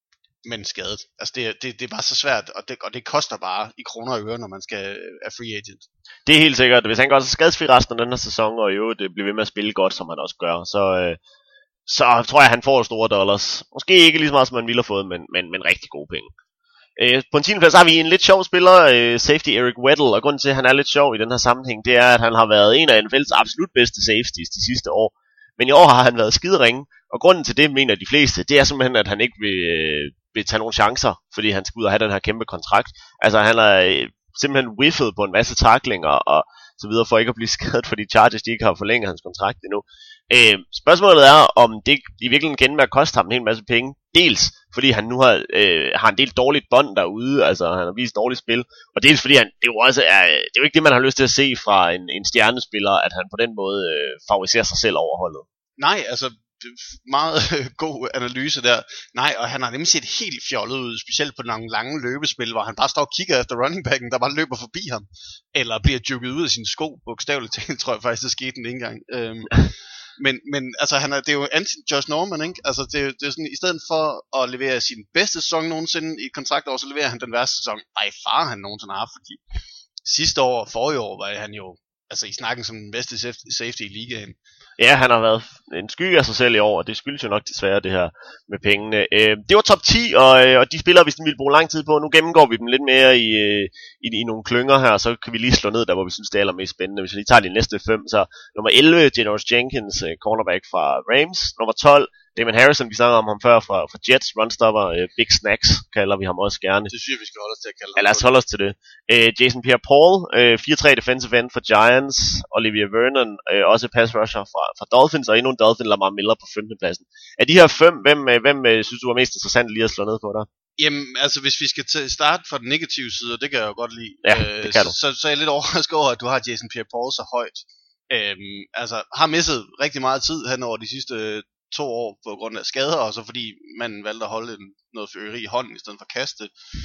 men skadet. Altså det, det, det er bare så svært, og det, og det koster bare i kroner og øre, når man skal er free agent. Det er helt sikkert. Hvis han går så skadesfri resten af den her sæson, og jo det bliver ved med at spille godt, som han også gør, så, øh, så tror jeg, han får store dollars. Måske ikke lige så meget, som han ville have fået, men, men, men rigtig gode penge. Øh, på en tiende plads har vi en lidt sjov spiller, øh, safety Eric Weddle, og grunden til, at han er lidt sjov i den her sammenhæng, det er, at han har været en af N F L's absolut bedste safeties de sidste år. Men i år har han været skideringe, og grunden til det, mener de fleste, det er simpelthen, at han ikke vil, øh, vil tage nogle chancer, fordi han skal ud og have den her kæmpe kontrakt. Altså han er øh, simpelthen whiffet på en masse tacklinger og så videre, for ikke at blive skadet, fordi Chargers de ikke har forlænget hans kontrakt endnu. Øh, spørgsmålet er, om det i virkeligheden kan med at koste ham en hel masse penge. Dels fordi han nu har, øh, har en del dårligt bånd derude, altså han har vist dårligt spil, og dels fordi han, det jo også er, det er jo ikke det, man har lyst til at se fra en, en stjernespiller, at han på den måde øh, favoriserer sig selv over holdet. Nej, altså meget god analyse der. Nej, og han har nemlig set helt fjollet ud, specielt på nogle lange løbespil, hvor han bare står og kigger efter running backen, der bare løber forbi ham, eller bliver jukket ud af sine sko, bogstaveligt talt, tror jeg faktisk, det skete en gang. Øhm, men, men altså, han er, det er jo anti-Josh Norman, ikke? Altså, det, det er sådan, i stedet for at levere sin bedste sæson nogensinde i kontraktår, så leverer han den værste sæson, ej far han nogensinde har, fordi sidste år og forrige år var han jo altså i snakken som den bedste safety i ligaen. Ja, han har været en skygge af sig selv i år, og det skyldes jo nok desværre det her med pengene. Øh, det var top ti, og, og de spillere, vi ville bruge lang tid på. Nu gennemgår vi dem lidt mere i, i, i nogle klynger her, og så kan vi lige slå ned der, hvor vi synes, det er allermest spændende. Hvis vi lige tager de næste fem, så nummer elleve, Janoris Jenkins, cornerback fra Rams. Nummer tolv, Damon Harrison, vi snakkede om ham før, fra, fra Jets, runstopper, uh, Big Snacks, kalder vi ham også gerne. Det synes jeg, vi skal holde os til at kalde ham. Ja, lad os holde os til det. Uh, Jason Pierre-Paul, uh, fire tre defensive end for Giants, Olivier Vernon, uh, også pass rusher fra, fra Dolphins, og endnu en Dolphin, Lamar Miller på femte pladsen. Af de her fem, hvem, hvem uh, synes du er mest interessant lige at slå ned på der? Jamen, altså hvis vi skal t- starte fra den negative side, og det kan jeg jo godt lide, ja, det kan du. Så, så er jeg lidt overrasket over, at du har Jason Pierre-Paul så højt. Øhm, altså, har misset rigtig meget tid hen over de sidste to år på grund af skader, og så fordi manden valgte at holde en, noget fyrværkeri i hånden i stedet for at kaste.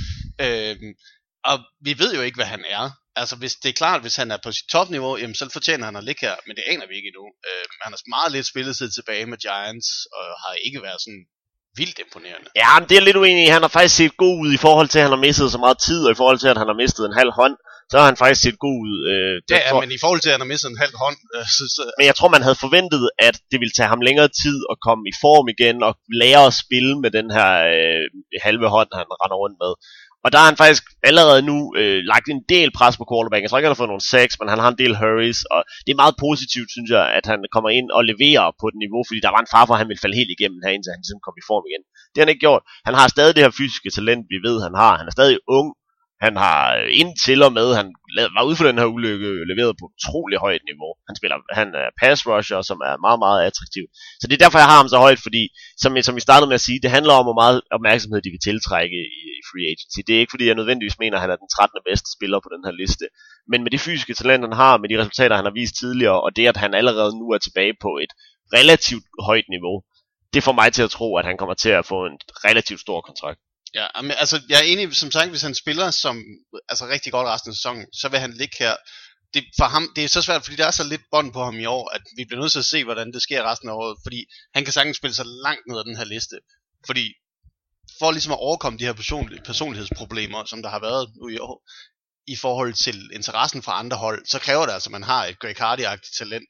Øhm, og vi ved jo ikke, hvad han er. Altså, hvis det er klart, hvis han er på sit topniveau, jamen så fortjener han at ligge her, men det aner vi ikke endnu. Øhm, han har meget lidt spilletid tilbage med Giants, og har ikke været sådan vildt imponerende. Ja, men det er lidt uenig. Han har faktisk set god ud i forhold til, at han har mistet så meget tid, og i forhold til, at han har mistet en halv hånd. Så har han faktisk set god ud. Øh, ja, ja, men i forhold til, at han har mistet en halv hånd. Øh, så, så... Men jeg tror, man havde forventet, at det ville tage ham længere tid at komme i form igen, og lære at spille med den her øh, halve hånd, han render rundt med. Og der har han faktisk allerede nu øh, lagt en del pres på quarterbacken. Jeg tror ikke, han har fået nogle sacks, men han har en del hurries. Og det er meget positivt, synes jeg, at han kommer ind og leverer på et niveau, fordi der var en far for, at han ville falde helt igennem her, indtil han ligesom kom i form igen. Det har han ikke gjort. Han har stadig det her fysiske talent, vi ved, han har. Han er stadig ung. Han har indtil og med, han var ude for den her ulykke, leveret på et utrolig højt niveau. Han spiller, han er pass rusher, som er meget, meget attraktiv. Så det er derfor, jeg har ham så højt, fordi, som, som vi startede med at sige, det handler om, hvor meget opmærksomhed de vil tiltrække i, i free agency. Det er ikke, fordi jeg nødvendigvis mener, at han er den trettende bedste spiller på den her liste. Men med det fysiske talent, han har, med de resultater, han har vist tidligere, og det, at han allerede nu er tilbage på et relativt højt niveau, det får mig til at tro, at han kommer til at få en relativt stor kontrakt. Ja, men altså jeg er enig, som sagt, hvis han spiller som altså rigtig godt resten af sæsonen, så vil han ligge her. Det for ham, det er så svært, fordi der er så lidt bånd på ham i år, at vi bliver nødt til at se, hvordan det sker resten af året, fordi han kan sagtens spille så langt ned ad den her liste. Fordi for ligesom at overkomme de her personlig, personlighedsproblemer, som der har været nu i år, i forhold til interessen fra andre hold, så kræver det altså, at man har et Greg Hardy-agtigt talent.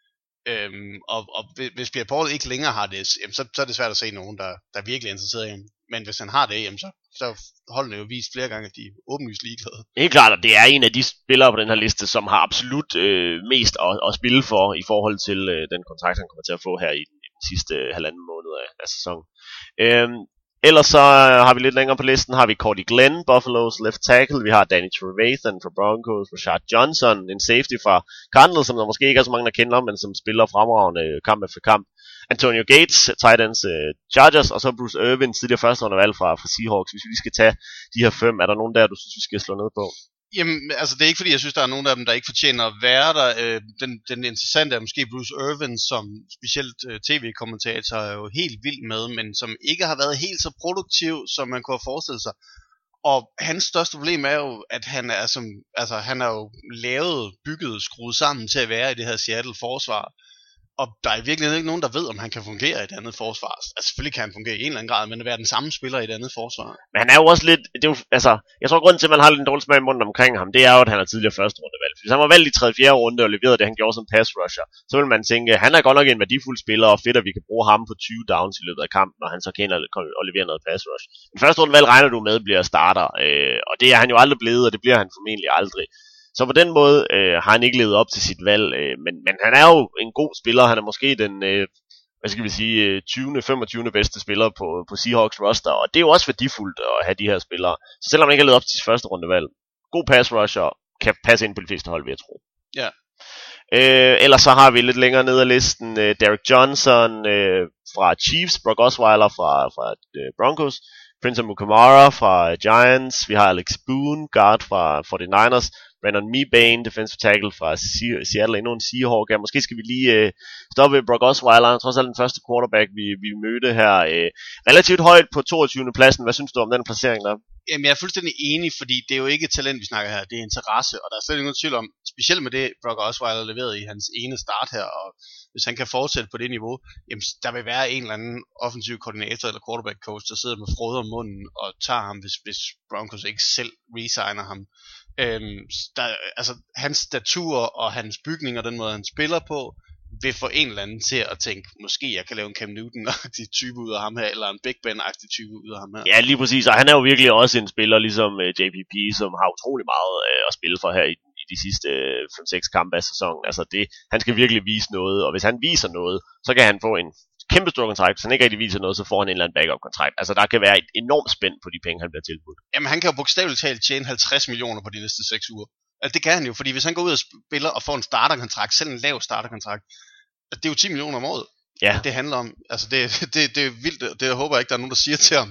Øhm, og, og hvis Pierre Paul ikke længere har det, jamen, så, så er det svært at se nogen, der, der er virkelig interesseret i ham. Men hvis han har det, jamen, så, så holdene jo vist flere gange, at de er åbenlyst ligeglade. Helt klart, og det er en af de spillere på den her liste, som har absolut øh, mest at, at spille for i forhold til øh, den kontrakt, han kommer til at få her i den, i den sidste øh, halvanden måned af, af sæsonen. Øhm, ellers så øh, har vi lidt længere på listen, har vi Cordy Glenn, Buffalo's left tackle, vi har Danny Trevathan fra Broncos, Rashad Johnson, en safety fra Cardinals, som der måske ikke er så mange, der kender, men som spiller fremragende kamp efter kamp. Antonio Gates, tight ends, uh, Chargers, og så Bruce Irvin, tidligere første rundevalg fra, fra Seahawks. Hvis vi lige skal tage de her fem, er der nogen der, du synes, vi skal slå ned på? Jamen, altså det er ikke fordi, jeg synes, der er nogen af dem, der ikke fortjener at være der. Øh, den, den interessante er måske Bruce Irvin, som specielt øh, tv-kommentator er jo helt vild med, men som ikke har været helt så produktiv, som man kunne have forestillet sig. Og hans største problem er jo, at han er, som, altså, han er jo lavet, bygget, skruet sammen til at være i det her Seattle-forsvar. Og der er virkelig ikke nogen, der ved, om han kan fungere i et andet forsvar. Altså selvfølgelig kan han fungere i en eller anden grad, men at være den samme spiller i et andet forsvar. Men han er jo også lidt, det er jo, altså, jeg tror grunden til, at man har lidt en dårlig smag i munden omkring ham, det er jo, at han er tidligere første rundevalg. Hvis han var valgt i tredje fjerde runde og leverede det, han gjorde som pass rusher, så vil man tænke, han er godt nok en værdifuld spiller, og fedt, at vi kan bruge ham på tyve downs i løbet af kampen, når han så kender og leverer noget pass rush. Den første rundevalg regner du med bliver starter, øh, og det er han jo aldrig blevet, og det bliver han formentlig aldrig. Så på den måde øh, har han ikke levet op til sit valg, øh, men, men han er jo en god spiller. Han er måske den, øh, hvad skal vi sige, tyvende femogtyvende bedste spiller på, på Seahawks roster, og det er jo også værdifuldt at have de her spillere. Så selvom han ikke har levet op til sit første rundevalg, god pass rusher, kan passe ind på de fleste hold, vil jeg tro. Ja. Øh, ellers så har vi lidt længere ned ad listen, øh, Derek Johnson øh, fra Chiefs, Brock Osweiler fra, fra øh, Broncos, Prince Amukamara fra Giants, vi har Alex Boone, guard fra forty-niners, Brandon Mebane, defensive tackle fra Seattle, endnu en Seahawk. Ja, måske skal vi lige øh, stoppe Brock Osweiler, trods alt den første quarterback, vi, vi mødte her. Øh, relativt højt på toogtyvende pladsen. Hvad synes du om den placering der? Jamen, jeg er fuldstændig enig, fordi det er jo ikke talent, vi snakker her. Det er interesse, og der er slet ikke noget tvivl om, specielt med det, Brock Osweiler leverede i hans ene start her, og hvis han kan fortsætte på det niveau, jamen, der vil være en eller anden offensiv koordinator eller quarterback coach, der sidder med frode om munden og tager ham, hvis, hvis Broncos ikke selv resigner ham. Øhm, der, altså, hans statur og hans bygning og den måde, han spiller på, vil få en eller anden til at tænke, måske jeg kan lave en Cam Newton-agtig type ud af ham her, eller en Big Ben-agtig type ud af ham her. Ja, lige præcis, og han er jo virkelig også en spiller, ligesom uh, J P P, som har utrolig meget uh, at spille for her i, i de sidste uh, fem seks kampe af sæsonen. Altså det, han skal virkelig vise noget, og hvis han viser noget, så kan han få en kæmpe stor kontrakt. Hvis han ikke rigtig viser noget, så får han en eller anden backup-kontrakt. Altså der kan være et enormt spænd på de penge, han bliver tilbudt. Jamen han kan jo bogstaveligt talt tjene halvtreds millioner på de næste seks uger. Altså det kan han jo, fordi hvis han går ud og spiller og får en starterkontrakt, selv en lav starterkontrakt, det er jo ti millioner om året. Ja. Det handler om, altså det, det, det er vildt, det jeg håber ikke, der er nogen, der siger til ham.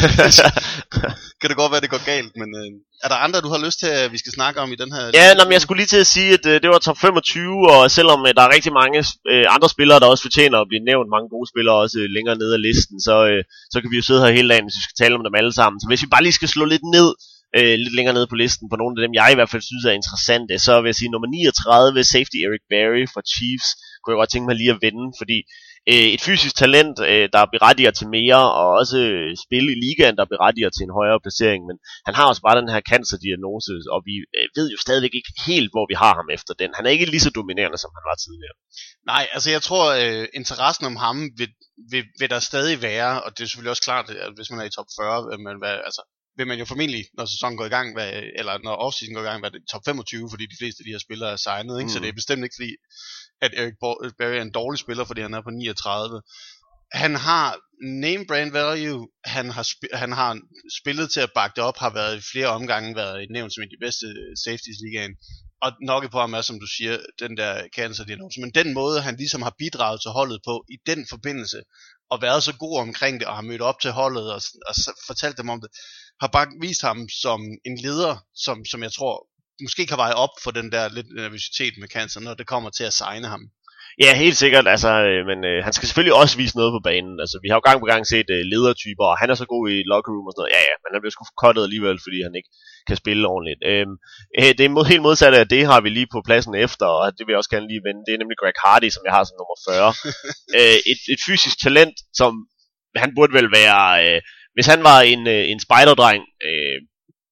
Kan det godt være, det går galt, men øh, er der andre, du har lyst til, at vi skal snakke om i den her? Ja, nå, men jeg skulle lige til at sige, at øh, det var top femogtyve, og selvom øh, der er rigtig mange øh, andre spillere, der også fortjener at blive nævnt, mange gode spillere også øh, længere nede af listen, så, øh, så kan vi jo sidde her hele dagen, hvis vi skal tale om dem alle sammen. Så hvis vi bare lige skal slå lidt ned, øh, lidt længere nede på listen, på nogle af dem, jeg i hvert fald synes er interessante, så vil jeg sige nummer niogtredive, safety Eric Berry fra Chiefs, kunne jeg godt tænke mig lige at vende, fordi øh, et fysisk talent, øh, der berettiger til mere, og også øh, spille i ligaen, der berettiger til en højere placering, men han har også bare den her cancerdiagnose, og vi øh, ved jo stadigvæk ikke helt, hvor vi har ham efter den. Han er ikke lige så dominerende, som han var tidligere. Nej, altså jeg tror, øh, interessen om ham vil, vil, vil der stadig være, og det er selvfølgelig også klart, at hvis man er i top fyrre, vil man, være, altså, vil man jo formentlig, når sæsonen går i gang, være, eller når offseason går i gang, være i top femogtyve, fordi de fleste af de her spillere er signet, ikke? Mm. Så det er bestemt ikke fordi, at Eric Berry er en dårlig spiller, fordi han er på niogtredive. Han har name brand value, han har, sp- han har spillet til at bakke det op, har været i flere omgange været nævnt som en af de bedste safeties i ligaen. Og nok på ham er, som du siger, den der cancer-diagnose. Men den måde, han ligesom har bidraget til holdet på, i den forbindelse, og været så god omkring det, og har mødt op til holdet, og, og fortalt dem om det, har bare vist ham som en leder, som, som jeg tror, måske kan veje op for den der lidt nervøsitet med cancer, når det kommer til at signe ham. Ja, helt sikkert, altså, øh, men øh, han skal selvfølgelig også vise noget på banen. Altså, vi har jo gang på gang set øh, ledertyper, og han er så god i locker room og sådan noget. Ja, ja, men han bliver sgu cuttet alligevel, fordi han ikke kan spille ordentligt. Øhm, øh, det er mod, helt modsatte af det, har vi lige på pladsen efter, og det vil jeg også gerne lige vende. Det er nemlig Greg Hardy, som jeg har som nummer fyrre. øh, et, et fysisk talent, som han burde vel være, øh, hvis han var en, øh, en spejderdreng, øh,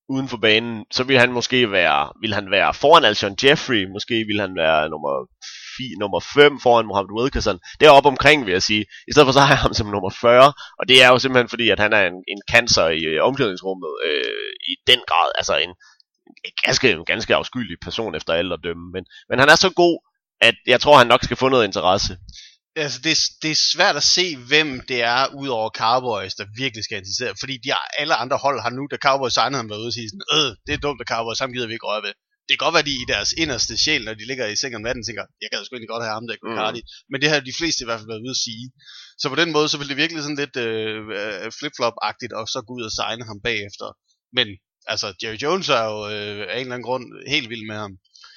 uden for banen, så vil han måske være, vil han være foran Alshon Jeffrey, måske vil han være nummer fire, nummer fem foran Mohamed Wilkerson. Deroppe omkring, vil jeg sige. I stedet for så har jeg ham som nummer fyrre, og det er jo simpelthen fordi, at han er en, en cancer i øh, omklædningsrummet øh, i den grad, altså en, en ganske, en ganske afskyelig person efter alt at dømme, men, men han er så god, at jeg tror, han nok skal få noget interesse. Altså, det, det er svært at se, hvem det er, udover Cowboys, der virkelig skal interessere. Fordi de har, alle andre hold har nu, da Cowboys signede ham, været ude og sige sådan, øh, det er dumt, at Cowboys, ham gider vi ikke røre ved. Det kan godt være, de i deres inderste sjæl, når de ligger i sengen om natten, tænker, jeg gad sgu egentlig godt have ham der, Cardi. Mm. Men det har de fleste i hvert fald været ude at sige. Så på den måde, så vil det virkelig sådan lidt øh, flip-flop-agtigt, og så gå ud og signe ham bagefter. Men altså, Jerry Jones er jo øh, af en eller anden grund helt vild med ham.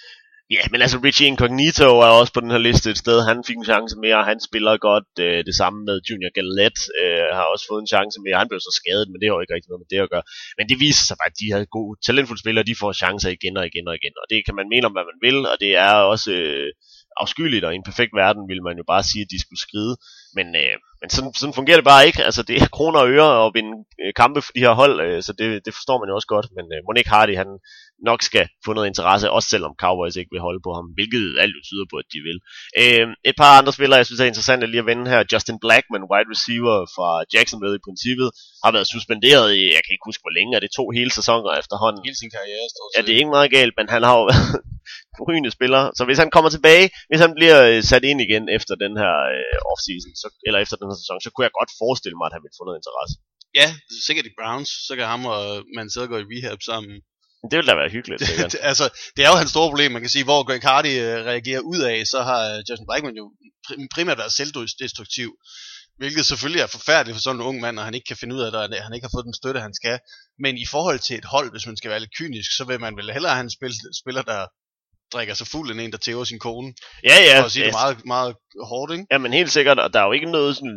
Ja, men altså Richie Incognito er også på den her liste et sted. Han fik en chance mere, han spiller godt. Øh, det samme med Junior Galette øh, har også fået en chance mere. Han blev så skadet, men det har jo ikke rigtig noget med det at gøre. Men det viser sig bare, at de her gode, talentfulde spillere, de får chancer igen og igen og igen. Og det kan man mene om, hvad man vil, og det er også øh, afskyeligt, og i en perfekt verden ville man jo bare sige, at de skulle skride. Men, øh, men sådan, sådan fungerer det bare ikke. Altså det er kroner og øre at vinde øh, kampe for de her hold, øh, så det, det forstår man jo også godt. Men øh, Monique Hardy, han nok skal få noget interesse, også selvom Cowboys ikke vil holde på ham, hvilket alt jo tyder på, at de vil. Øh, et par andre spillere, jeg synes er interessant at lige at vende her. Justin Blackmon, wide receiver fra Jacksonville i princippet, har været suspenderet i, jeg kan ikke huske hvor længe, er det to hele sæsoner efterhånden. Hele sin karriere, står ja, det er ikke meget galt, men han har jo været forrygende spiller. Så hvis han kommer tilbage, hvis han bliver øh, sat ind igen efter den her øh, offseason, så, eller efter den her sæson, så kunne jeg godt forestille mig, at han ville få noget interesse. Ja, sikkert i Browns, så kan ham og man sidde og gå i rehab sammen. Det ville da være hyggeligt. det, altså, det er jo hans store problem, man kan sige, hvor Greg Hardy øh, reagerer ud af, så har Justin Blackmon jo primært været selvdestruktiv, hvilket selvfølgelig er forfærdeligt for sådan en ung mand, og han ikke kan finde ud af det, at han ikke har fået den støtte, han skal. Men i forhold til et hold, hvis man skal være lidt kynisk, så vil man vel hellere have en spil, spiller, der drikker sig fuld, end en, der tæver sin kone. Ja, ja. For at sige yes. Det meget, meget hårdt, ikke? Ja, men helt sikkert, og der er jo ikke noget sådan...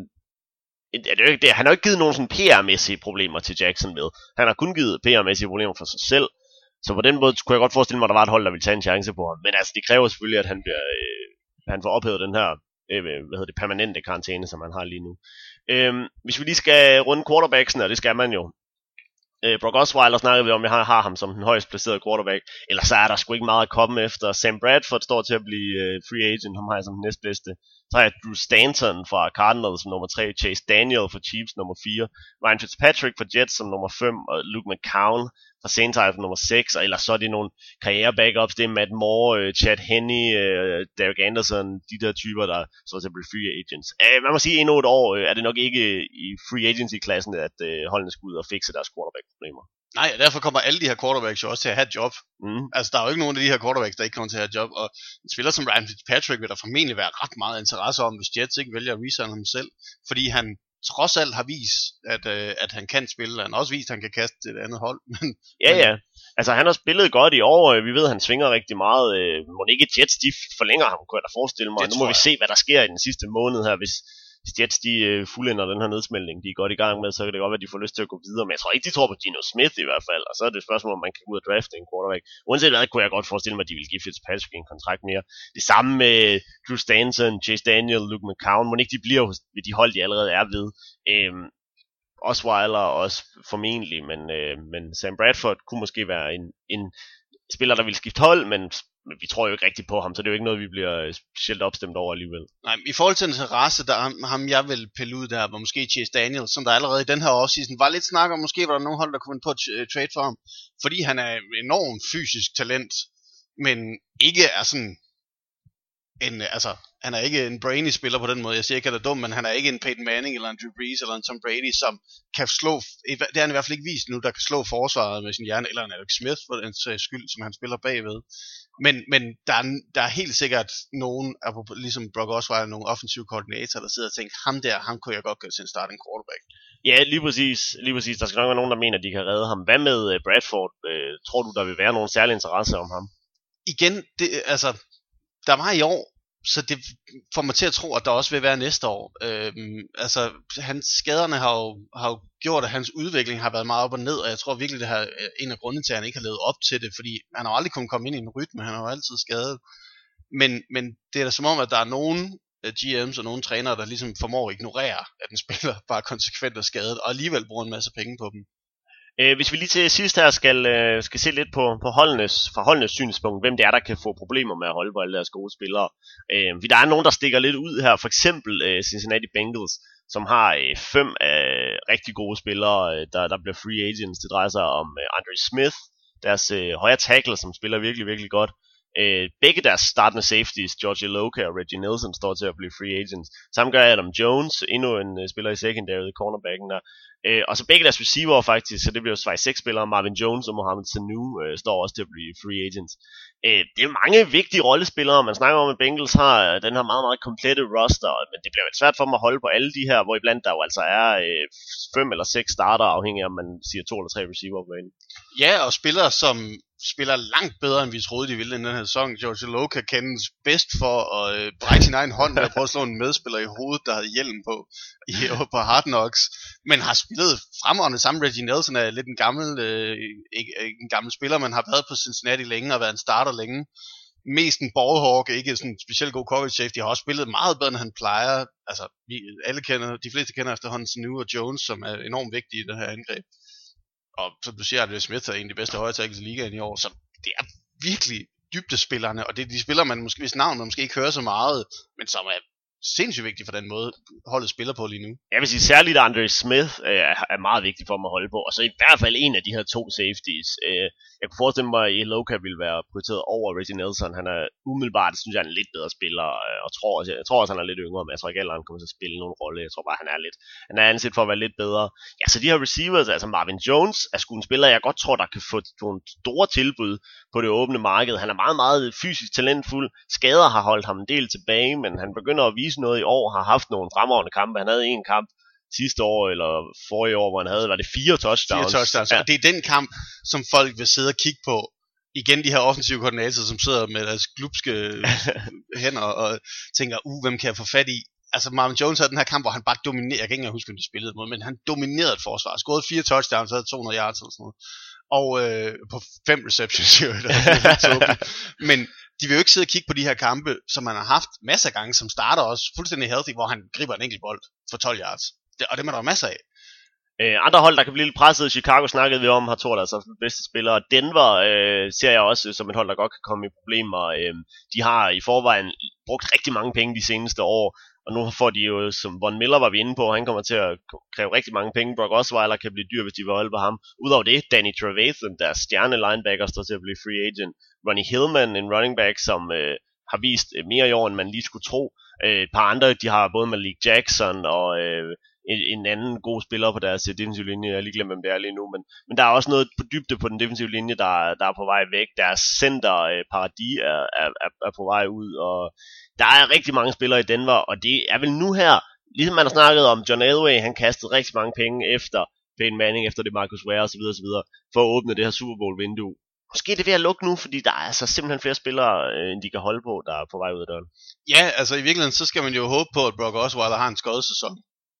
Det er jo ikke det. Han har jo ikke givet nogen sådan P R-mæssige problemer til Jacksonville. Han har kun givet P R-mæssige problemer for sig selv. Så på den måde kunne jeg godt forestille mig, at der var et hold, der ville tage en chance på ham. Men altså, det kræver selvfølgelig, at han, bliver, øh, han får ophævet den her øh, hvad hedder det, permanente karantæne, som han har lige nu. Øh, hvis vi lige skal runde quarterbacksen, og det skal man jo. Øh, Brock Osweiler snakkede vi om, jeg har, har ham som den højst placerede quarterback. Eller så er der sgu ikke meget at komme efter. Sam Bradford står til at blive øh, free agent, ham har jeg som den næstbedste. Så har jeg Drew Stanton fra Cardinals som nummer tre, Chase Daniel fra Chiefs nummer fire, Ryan Fitzpatrick fra Jets som nummer fem, og Luke McCown fra Saints som nummer seks, og ellers så er det nogle karriere-backups, det er Matt Moore, uh, Chad Henne, uh, Derek Anderson, de der typer, der så til at blive free agents. Uh, man må sige, endnu et år uh, er det nok ikke i free agency-klassen, at uh, holdene skal ud og fikse deres quarterback-problemer. Nej, og derfor kommer alle de her quarterbacks jo også til at have et job. Mm. Altså, der er jo ikke nogen af de her quarterbacks, der ikke kommer til at have et job, og en spiller som Ryan Fitzpatrick vil der formentlig være ret meget interesse om, hvis Jets ikke vælger at resign ham selv, fordi han trods alt har vist, at, øh, at han kan spille, han har også vist, at han kan kaste et andet hold. Men, ja, ja. Altså, han har spillet godt i år, vi ved, at han svinger rigtig meget. Må ikke Jets, de forlænger ham, kunne jeg da forestille mig. Nu må vi se, hvad der sker i den sidste måned her, hvis Hvis Jets de uh, fuldender den her nedsmeltning, de er godt i gang med, så kan det godt være, at de får lyst til at gå videre. Men jeg tror ikke, de tror på Geno Smith i hvert fald. Og så er det et spørgsmål, om man kan gå ud og drafte en quarterback. Uanset hvad, kunne jeg godt forestille mig, at de vil give Fitzpatrick en kontrakt mere. Det samme med Drew Stanton, Chase Daniel, Luke McCown. Må ikke de bliver ved de hold, de allerede er ved. Øhm, Osweiler også formentlig, men, øh, men Sam Bradford kunne måske være en, en spiller, der vil skifte hold, men men vi tror jo ikke rigtig på ham, så det er jo ikke noget, vi bliver specielt opstemt over alligevel. Nej, i forhold til interesse, der er ham, jeg vil pille ud der, var måske Chase Daniel, som der allerede i den her offseason var lidt snak om, måske var der nogen hold, der kunne finde på at trade for ham, fordi han er enormt fysisk talent, men ikke er sådan en, altså, han er ikke en brainy spiller på den måde, jeg siger ikke, at han er dum, men han er ikke en Peyton Manning, eller en Drew Brees, eller en Tom Brady, som kan slå, det har han i hvert fald ikke vist nu, der kan slå forsvaret med sin hjerne, eller en Alex Smith for den skyld, som han spiller bagved. Men, men der, er, der er helt sikkert nogen, ligesom Brock Osweiler, nogle offensive koordinatorer, der sidder og tænker, ham der, ham kunne jeg godt gøre til en starting quarterback. Ja, lige præcis, lige præcis. Der skal nok være nogen, der mener, at de kan redde ham. Hvad med Bradford? Øh, tror du, der vil være nogen særlig interesse om ham? Igen, det, altså, der var i år, så det får mig til at tro, at der også vil være næste år. Øhm, altså, hans skaderne har jo, har jo gjort, at hans udvikling har været meget op og ned, og jeg tror virkelig, det er en af grundene til, at han ikke har levet op til det, fordi han har aldrig kunnet komme ind i en rytme, han har jo altid skadet. Men, men det er da som om, at der er nogen G M's og nogle trænere, der ligesom formår at ignorere, at en spiller bare konsekvent er skadet, og alligevel bruger en masse penge på dem. Øh, hvis vi lige til sidst her skal, øh, skal se lidt på, på holdenes, fra holdenes synspunkt, hvem det er, der kan få problemer med at holde på alle deres gode spillere. Øh, fordi der er nogen, der stikker lidt ud her, for eksempel øh, Cincinnati Bengals, som har øh, fem øh, rigtig gode spillere, øh, der, der bliver free agents. Det drejer sig om øh, Andre Smith, deres øh, højre tackle, som spiller virkelig, virkelig godt. Øh, begge deres startende safeties, George Iloka og Reggie Nelson, står til at blive free agents. Samme gør Adam Jones, endnu en uh, spiller i secondary, cornerbacken der. Øh, og så begge deres receiver faktisk, så det bliver jo faktisk seks spillere, Marvin Jones og Mohamed Sanu, øh, står også til at blive free agents. Øh, det er mange vigtige rollespillere, man snakker om, at Bengals har øh, den her meget, meget komplette roster, men det bliver jo svært for dem at holde på alle de her, hvor iblandt der jo altså er øh, fem eller seks starter, afhængig af om man siger to eller tre receiver på banen. Ja, og spillere, som spiller langt bedre, end vi troede, de ville i den her sæson. George Iloka kendes bedst for at øh, brække sin egen hånd og prøve at slå en medspiller i hovedet, der havde hjelm på i, på Hard Knocks, men har spillet fremragende sammen. Reggie Nelson er lidt en gammel, øh, ikke, ikke en gammel spiller, men har været på Cincinnati længe og været en starter længe. Mest en ballhawk, ikke sådan en specielt god coverage safety, har også spillet meget bedre, end han plejer. Altså, vi, alle kender, de fleste kender efterhånden Sanu og Jones, som er enormt vigtige i det her angreb. Og som du siger, Andre Smith er en af de bedste højre tackles i ligaen i år, så det er virkelig dybdespillerne, og det er de spillere, man måske, hvis navn man måske ikke hører så meget, men som er sindssygt vigtigt for den måde, holdet spiller på lige nu. Jeg vil sige, særligt Andre Smith øh, er meget vigtig for mig at holde på, og så i hvert fald en af de her to safeties. Øh, jeg kunne forestille mig, at Iloka ville være prioriteret over Reggie Nelson. Han er umiddelbart, synes jeg, en lidt bedre spiller, øh, og tror også, jeg tror også, han er lidt yngre, men jeg tror ikke, at han kommer til at spille nogen rolle. Jeg tror bare, han er lidt, han er anset for at være lidt bedre. Ja, så de her receivers, altså Marvin Jones, er sgu en spiller, jeg godt tror, der kan få nogle store tilbud på det åbne marked. Han er meget, meget fysisk talentfuld. Skader har holdt ham en del tilbage, men han begynder at vise noget i år, har haft nogle fremragende kampe. Han havde en kamp sidste år, eller forrige år, hvor han havde, var det fire touchdowns? Fire touchdowns, ja. Og det er den kamp, som folk vil sidde og kigge på. Igen de her offensive koordinatorer, som sidder med deres glupske hænder og tænker, uh, hvem kan jeg få fat i? Altså Marvin Jones havde den her kamp, hvor han bare dominerede, jeg kan ikke engang huske, hvem de spillede mod, men han dominerede et forsvar, skårede fire touchdowns, havde to hundrede yards eller sådan noget. Og øh, på fem receptions, men de vil jo ikke sidde og kigge på de her kampe, som man har haft masser af gange, som starter også fuldstændig healthy, hvor han griber en enkelt bold for tolv yards. Det, og det er der masser af. Øh, andre hold, der kan blive lidt presset, Chicago snakkede vi om, har to af deres bedste spillere. Denver øh, ser jeg også som et hold, der godt kan komme i problemer. Øh, de har i forvejen brugt rigtig mange penge de seneste år, og nu får de jo, som Von Miller var vi inde på, han kommer til at kræve rigtig mange penge. Brock Osweiler kan blive dyr, hvis de vil holde på ham. Udover det, Danny Trevathan, deres stjerne linebacker, står til at blive free agent. Ronnie Hillman, en running back, som øh, har vist øh, mere i år, end man lige skulle tro. Øh, et par andre, de har både Malik Jackson og øh, en, en anden god spiller på deres defensive linje. Jeg har lige glemt, hvem det er lige nu, men, men der er også noget på dybde på den defensive linje, der, der er på vej væk. Deres center, øh, Paradis, er, er, er, er på vej ud, og der er rigtig mange spillere i Denver, og det er vel nu her, ligesom man har snakket om, John Elway, han kastede rigtig mange penge efter Peyton Manning, efter det Marcus Ware osv. osv. for at åbne det her Super Bowl-vindue. Måske er det ved at lukke nu, fordi der er altså simpelthen flere spillere, øh, end de kan holde på, der er på vej ud af døren. Ja, altså i virkeligheden, så skal man jo håbe på, at Brock Osweiler har en skøjet sæson.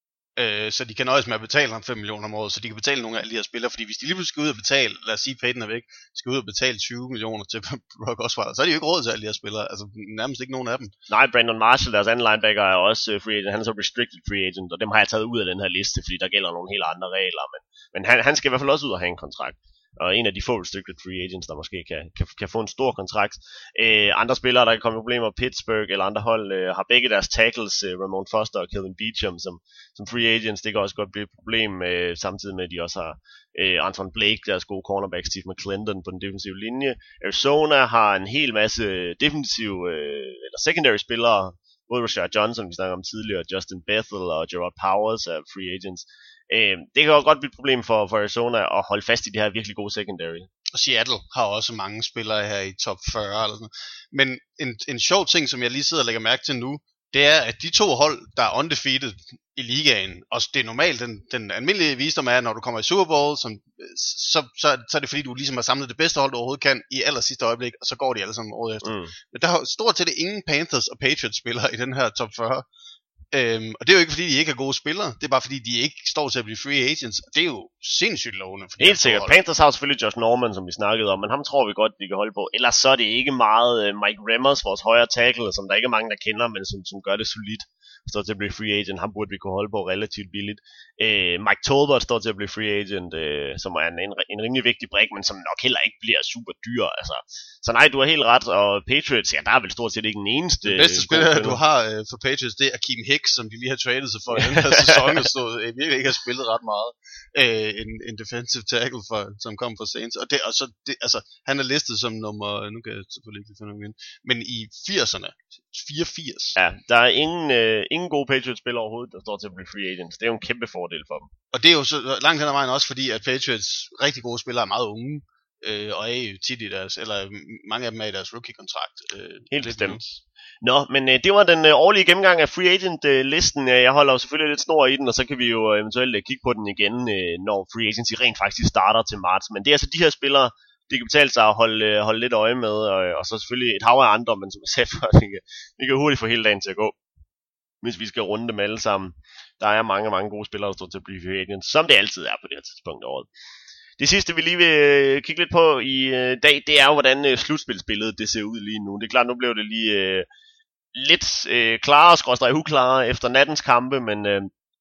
Øh, så de kan nøjes med at betale ham fem millioner om året, så de kan betale nogle af alle de her spillere, fordi hvis de lige pludselig skal ud og betale, lad os sige Peyton er væk, skal ud og betale tyve millioner til Brock Osweiler, så er de jo ikke råd til alle de her spillere, altså nærmest ikke nogen af dem. Nej, Brandon Marshall, deres anden linebacker, er også free agent, han er så restricted free agent, og dem har jeg taget ud af den her liste, fordi der gælder nogle helt andre regler, men, men han, han skal i hvert fald også ud og have en kontrakt. Og en af de få restricted free agents, der måske kan, kan, kan få en stor kontrakt. Øh, andre spillere, der kan komme i problemer, Pittsburgh eller andre hold, øh, har begge deres tackles, øh, Ramon Foster og Kelvin Beachum, som, som free agents. Det kan også godt blive et problem, øh, samtidig med, at de også har øh, Anton Blake, deres gode cornerback, Steve McClendon på den defensive linje. Arizona har en hel masse defensive, øh, eller secondary spillere, både Rashad Johnson, vi snakker om tidligere, Justin Bethel og Gerard Powers er free agents. Øh, det kan jo godt blive et problem for, for Arizona at holde fast i det her virkelig gode secondary. Og Seattle har også mange spillere her i top fyrre eller sådan. Men en, en sjov ting, som jeg lige sidder og lægger mærke til nu, det er, at de to hold, der er undefeated i ligaen, og det er normalt, den, den almindelige visdom er, når du kommer i Super Bowl, som, så, så, så er det fordi, du ligesom har samlet det bedste hold, du overhovedet kan, i aller sidste øjeblik, og så går de alle sammen året efter. Mm. Men der har stort set ingen Panthers og Patriots spillere i den her top fyrre. Øhm, og det er jo ikke fordi de ikke er gode spillere, det er bare fordi de ikke står til at blive free agents, og det er jo sindssygt lovende. Helt sikkert. Panthers har selvfølgelig Josh Norman, som vi snakkede om, men ham tror vi godt vi kan holde på. Ellers så er det ikke meget uh, Mike Remmers, vores højre tackle, som der ikke er mange der kender, men som, som gør det solidt. står til at blive free agent. Ham burde vi kunne holde på relativt billigt. Øh, Mike Tolbert står til at blive free agent, øh, som er en, en, en rimelig vigtig brik, men som nok heller ikke bliver super dyr. Altså. Så nej, du har helt ret, og Patriots, ja, der er vel stort set ikke den eneste. Det bedste spiller, du har øh, for Patriots, det er Akeem Hicks, som de lige har tradet sig for i den her sæson, og så øh, virkelig ikke har spillet ret meget. Øh, en, en defensive tackle, for, som kom fra Saints. Og, det, og så, det, altså, han er listet som nummer, nu kan jeg selvfølgelig ikke finde igen, men i firserne, fireogfirs. Ja, der er ingen, øh, ingen gode Patriots-spillere overhovedet, der står til at blive free agents. Det er jo en kæmpe fordel for dem. Og det er jo så langt hen ad vejen også, fordi at Patriots rigtig gode spillere er meget unge, øh, og er jo tit i deres, eller mange af dem er i deres rookie-kontrakt. Øh, Helt bestemt. Nå, men øh, det var den øh, årlige gennemgang af free agent-listen. Øh, jeg holder jo selvfølgelig lidt snor i den, og så kan vi jo eventuelt øh, kigge på den igen, øh, når free agency rent faktisk starter til marts. Men det er altså de her spillere, det kan betale sig at holde, øh, holde lidt øje med, og, og så selvfølgelig et hav af andre, men som jeg sagde før, vi kan, vi kan hurtigt få hele dagen til at gå, hvis vi skal runde dem alle sammen. Der er mange, mange gode spillere, der står til at blive free agents, som det altid er på det her tidspunkt af året. Det sidste, vi lige vil øh, kigge lidt på i øh, dag, det er jo, hvordan øh, slutspilsbilledet det ser ud lige nu. Det er klart, nu blev det lige øh, lidt øh, klarere, skråstreg uklare efter nattens kampe, men, øh,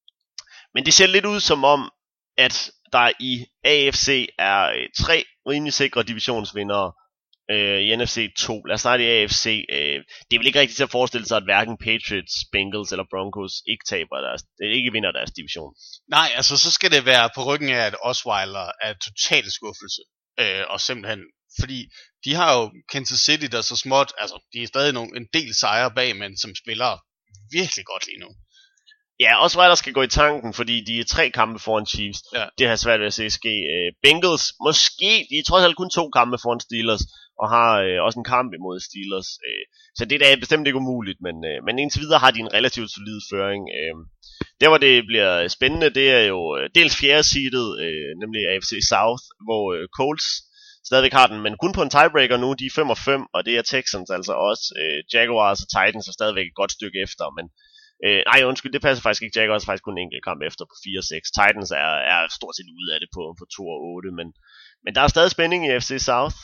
men det ser lidt ud som om, at der i A F C er øh, tre rimelig sikre divisionsvindere, øh, i N F C to. Lad os starte i A F C. Øh, det er vel ikke rigtigt til at forestille sig, at hverken Patriots, Bengals eller Broncos ikke taber deres, ikke vinder deres division. Nej, altså så skal det være på ryggen af, at Osweiler er total skuffelse. Øh, og simpelthen, fordi de har jo Kansas City, der så småt, altså de er stadig nogle, en del sejre bag, men som spiller virkelig godt lige nu. Ja, Osweiler skal gå i tanken, fordi de er tre kampe foran Chiefs. Ja. Det har svært ved at se ske. Øh, Bengals, måske, de er trods alt kun to kampe foran Steelers, og har øh, også en kamp imod Steelers. Øh, så det der er bestemt ikke umuligt, men, øh, men indtil videre har de en relativt solid føring. Øh, der hvor det bliver spændende, det er jo øh, dels fjerde seedet, øh, nemlig A F C South, hvor øh, Colts stadigvæk har den, men kun på en tiebreaker nu. De er fem og fem, og det er Texans altså også. Øh, Jaguars og Titans er stadigvæk et godt stykke efter, men øh, nej, undskyld, det passer faktisk ikke. Jaguars er faktisk kun en enkelt kamp efter på fire og seks. Titans er, er stort set ude af det på, på to og otte, men, men der er stadig spænding i A F C South.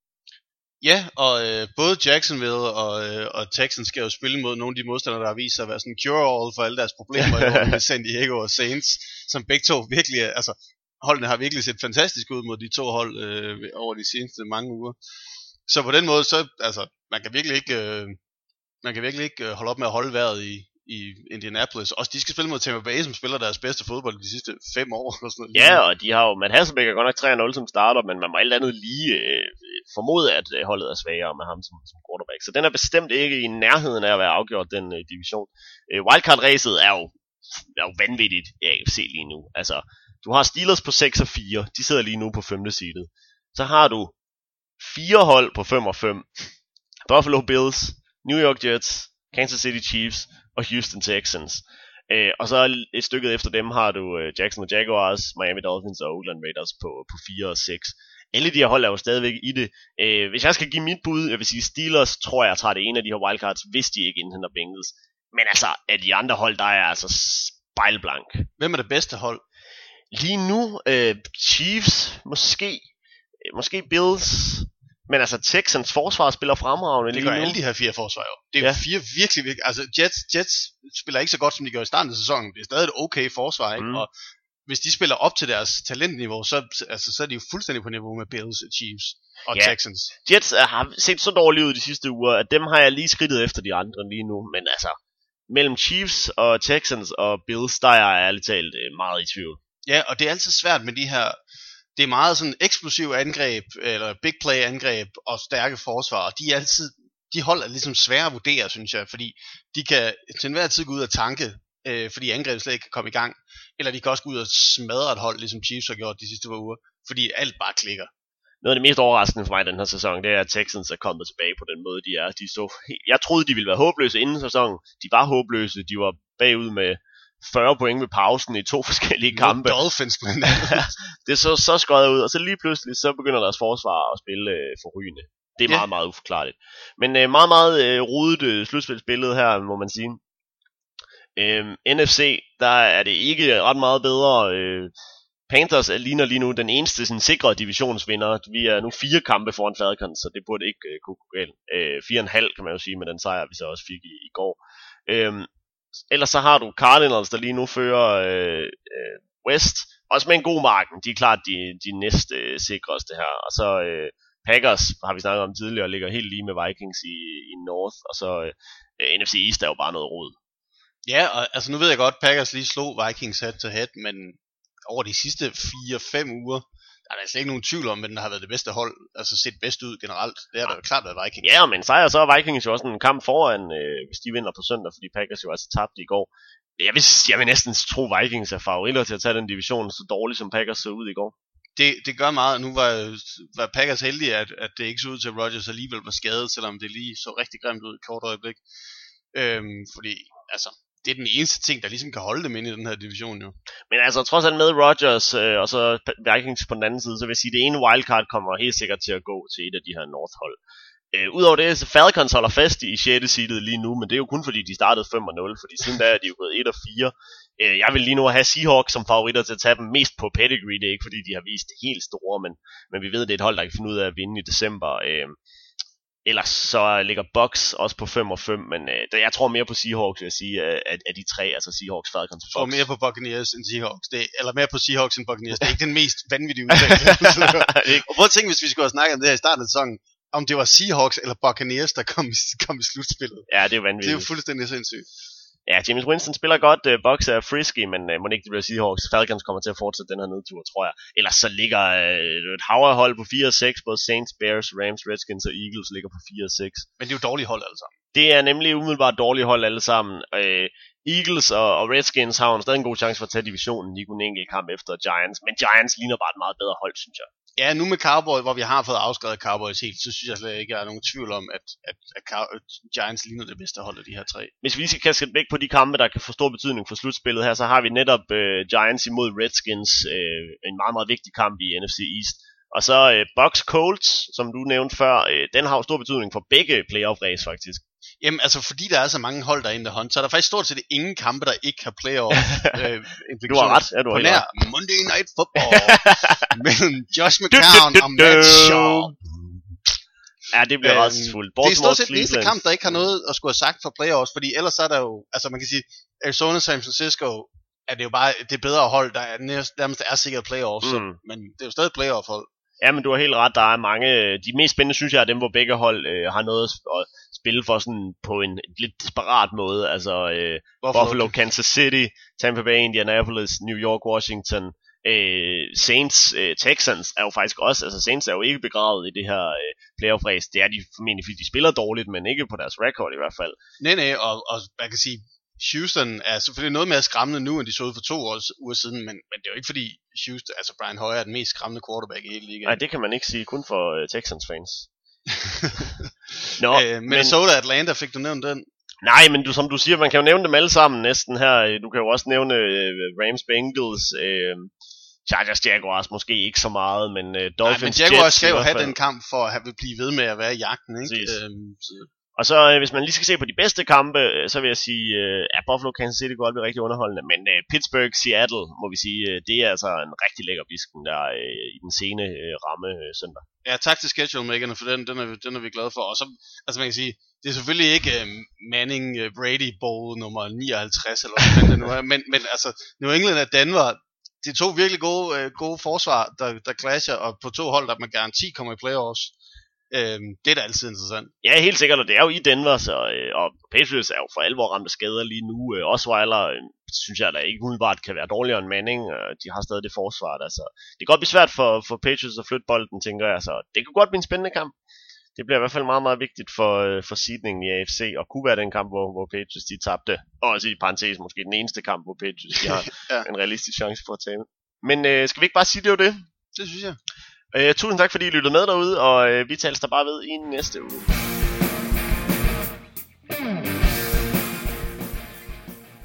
Ja, og øh, både Jacksonville og, øh, og Texans skal jo spille mod nogle af de modstandere, der har vist sig at være sådan en cure-all for alle deres problemer med San Diego og Saints, som begge to virkelig er, altså holdene har virkelig set fantastisk ud mod de to hold øh, over de seneste mange uger. Så på den måde, så altså, man kan virkelig ikke, øh, man kan virkelig ikke holde op med at holde vejret i, i Indianapolis. Også de skal spille mod Tampa Bay, som spiller deres bedste fodbold de sidste fem år. Eller sådan noget. Ja, og de har jo, Matt Hasselbeck er godt nok tre nul som starter, men man må alt andet lige øh, formode, at holdet er svagere med ham som, som quarterback. Så den er bestemt ikke i nærheden af at være afgjort, den øh, division. Øh, Wildcard-ræset er jo, er jo vanvittigt i A F C lige nu. Altså, du har Steelers på seks og fire, de sidder lige nu på femte seedet. Så har du fire hold på fem og fem. Buffalo Bills, New York Jets, Kansas City Chiefs og Houston Texans. Øh, og så et stykke efter dem har du øh, Jacksonville Jaguars, Miami Dolphins og Oakland Raiders på, på fire og seks. Alle de her hold er jo stadigvæk i det. Øh, hvis jeg skal give mit bud, jeg vil sige Steelers, tror jeg tager det ene af de her wildcards, hvis de ikke indhenter Bengals. Men altså, af de andre hold, der er altså spejlblank. Hvem er det bedste hold? Lige nu, øh, Chiefs, måske, øh, måske Bills. Men altså, Texans forsvar spiller fremragende. Det gør alle de her fire forsvar jo. Det er ja. fire virkelig, virkelig... Altså, Jets, Jets spiller ikke så godt, som de gør i starten af sæsonen. Det er stadig et okay forsvar, ikke? Mm. Og hvis de spiller op til deres talentniveau, så, altså, så er de jo fuldstændig på niveau med Bills, Chiefs og ja. Texans. Jets uh, har set så dårligt ud de sidste uger, at dem har jeg lige skridtet efter de andre lige nu. Men altså, mellem Chiefs og Texans og Bills, der er jeg ærligt talt meget i tvivl. Ja, og det er altid svært med de her... Det er meget sådan eksplosive angreb, eller big play angreb og stærke forsvar, og de er altid, de hold er ligesom svære at vurdere, synes jeg, fordi de kan til enhver tid gå ud og tanke, øh, fordi angrebet slet ikke kan komme i gang, eller de kan også gå ud og smadre et hold, ligesom Chiefs har gjort de sidste par uger, fordi alt bare klikker. Noget af det mest overraskende for mig den her sæson, det er, at Texans er kommet tilbage på den måde, de er. De så, jeg troede, de ville være håbløse inden sæsonen, de var håbløse, de var bagud med fyrre point ved pausen i to forskellige kampe. Dolphins, men det så så skøjet ud, og så lige pludselig så begynder deres forsvar at spille øh, forrygende. Det er yeah. meget meget uforklarligt. Men øh, meget meget øh, rodet øh, slutspilsbillede her, må man sige. Øh, N F C, der er det ikke ret meget bedre. Øh, Panthers er ligner lige nu den eneste sådan sikre divisionsvinder. Vi er nu fire kampe foran Falcons, så det burde ikke øh, kunne gå galt. Øh, fire og en halv kan man jo sige med den sejr, vi så også fik i, i går. Øh, ellers så har du Cardinals, der lige nu fører øh, øh, West, også med en god marken. De er klart de, de næste øh, sikreste her. Og så øh, Packers, har vi snakket om tidligere, ligger helt lige med Vikings i, i North. Og så øh, N F C East er jo bare noget rod. Ja, og altså nu ved jeg godt, Packers lige slog Vikings head to head, men over de sidste fire fem uger, der er der altså ikke nogen tvivl om, at den har været det bedste hold, altså set bedst ud generelt. Det har da klart været Vikings. Ja, men sejr, så er Vikings jo også en kamp foran, øh, hvis de vinder på søndag, fordi Packers jo altså tabte i går. Jeg vil, jeg vil næsten tro, Vikings er favoritter til at tage den division, så dårligt som Packers så ud i går. Det, det gør meget. Nu var, var Packers heldige, at, at det ikke så ud til, at Rodgers alligevel var skadet, selvom det lige så rigtig grimt ud i et kort øjeblik. Øhm, fordi, altså, det er den eneste ting, der ligesom kan holde dem inde i den her division, jo. Men altså, trods alt med Rodgers øh, og så Vikings på den anden side, så vil jeg sige, at det ene wildcard kommer helt sikkert til at gå til et af de her North-hold. Øh, Udover det, så Falcons holder fast i sjette seedet lige nu, men det er jo kun fordi, de startede fem og nul, fordi siden da er de jo gået et og fire. Øh, jeg vil lige nu have Seahawks som favoritter til at tage dem mest på pedigree, det er ikke fordi, de har vist det helt store, men, men vi ved, det er et hold, der kan finde ud af at vinde i december. Øh, Ellers så ligger Bucks også på fem og fem, men øh, jeg tror mere på Seahawks, vil jeg sige, af, af de tre, altså Seahawks, Falcons og Bucks. Jeg tror mere på Buccaneers end Seahawks, det, eller mere på Seahawks end Buccaneers, det er ikke den mest vanvittige udtale. Og prøv at tænke, hvis vi skulle have snakket om det her i starten af sæsonen, om det var Seahawks eller Buccaneers, der kom i, kom i slutspillet. Ja, det er jo vanvittigt. Det er jo fuldstændig sindssygt. Ja, James Winston spiller godt, uh, Bucks er frisky, men uh, må ikke det bliver Seahawks. Falcons kommer til at fortsætte den her nedtur, tror jeg. Ellers så ligger uh, et hav-hold på fire og seks, både Saints, Bears, Rams, Redskins og Eagles ligger på fire og seks. Men det er jo dårlige hold alle sammen. Det er nemlig umiddelbart dårlige hold alle sammen. Uh, Eagles og, og Redskins har stadig en god chance for at tage divisionen. De kunne en enkelt kamp efter Giants, men Giants ligner bare et meget bedre hold, synes jeg. Ja, nu med Cowboys, hvor vi har fået afskrevet Cowboys helt, så synes jeg slet ikke, at der er nogen tvivl om, at, at, at, at Giants ligner det bedste hold af de her tre. Hvis vi skal kaste væk på de kampe, der kan få stor betydning for slutspillet her, så har vi netop øh, Giants imod Redskins, øh, en meget, meget vigtig kamp i N F C East. Og så øh, Bucks Colts, som du nævnte før, øh, den har jo stor betydning for begge playoff-race faktisk. Jamen altså, fordi der er så mange hold derinde, der hånd, så er der faktisk stort set ingen kampe, der ikke har playoff øh, Du har ret, ja, du har på nær ret. Monday Night Football mellem Josh McCown og Matt Shaw. Ja, det bliver øhm, retsfuldt. Det er stort set den eneste kamp, der ikke har noget at skulle have sagt for playoffs, fordi ellers er der jo, altså man kan sige, Arizona, San Francisco, er det jo bare det bedre hold, der er nærmest er sikkert playoffs, mm. men det er jo stadig playoff hold. Ja, men du har helt ret, der er mange, de mest spændende synes jeg er dem, hvor begge hold øh, har noget at spille for sådan på en lidt desperat måde, altså øh, Buffalo, Buffalo, Kansas City, Tampa Bay, Indianapolis, New York, Washington, øh, Saints, øh, Texans er jo faktisk også, altså Saints er jo ikke begravet i det her øh, playoff-race, det er de formentlig, fordi de spiller dårligt, men ikke på deres record i hvert fald. Nej, nej, og, og man kan sige, Houston er selvfølgelig noget mere skræmmende nu, end de så ud for to år, uger siden, men, men det er jo ikke fordi Houston, altså Brian Hoyer er den mest skræmmende quarterback i hele ligaen. Nej, det kan man ikke sige, kun for uh, Texans fans. Nå, øh, Minnesota men... Atlanta, fik du nævnt den? Nej, men du, som du siger, man kan jo nævne dem alle sammen næsten her. Du kan jo også nævne uh, Rams, Bengals, uh, Chargers, Jaguars måske ikke så meget, men uh, Dolphins, Nej, men Jaguars Jets, skal jo have den kamp for at have, blive ved med at være i jagten, ikke? Øhm, så... Og så øh, hvis man lige skal se på de bedste kampe, øh, så vil jeg sige, øh, at Buffalo, Kansas City går blive rigtig underholdende, men øh, Pittsburgh, Seattle, må vi sige, øh, det er altså en rigtig lækker bisken der øh, i den sene øh, ramme øh, søndag. Ja, tak til schedule makerne for den, den er, den er vi glade for. Og så, altså man kan sige, det er selvfølgelig ikke øh, Manning øh, Brady Bowl nummer nioghalvtreds eller hvad det nu er, men, men altså New England og Denver, de to virkelig gode, øh, gode forsvar, der, der clasher, og på to hold, der man garanti kommer i playoffs. Øhm, det er da altid interessant. Ja, helt sikkert, og det er jo i Denver, så, øh, og Patriots er jo for alvor ramt af skader lige nu. Øh, Osweiler, øh, synes jeg, der ikke umiddelbart kan være dårligere end Manning. Øh, de har stadig det forsvar, altså. Det kan godt blive svært for, for Patriots at flytte bolden, tænker jeg, så det kan godt blive en spændende kamp. Det bliver i hvert fald meget, meget vigtigt for, øh, for seedningen i A F C, og kunne være den kamp, hvor, hvor Patriots de tabte. Og også i parentes, måske den eneste kamp, hvor Patriots de har ja. en realistisk chance for at tabe. Men øh, skal vi ikke bare sige, det var det? Det synes jeg. Uh, tusind tak fordi I lyttede med derude, og uh, vi tales der bare ved i næste uge.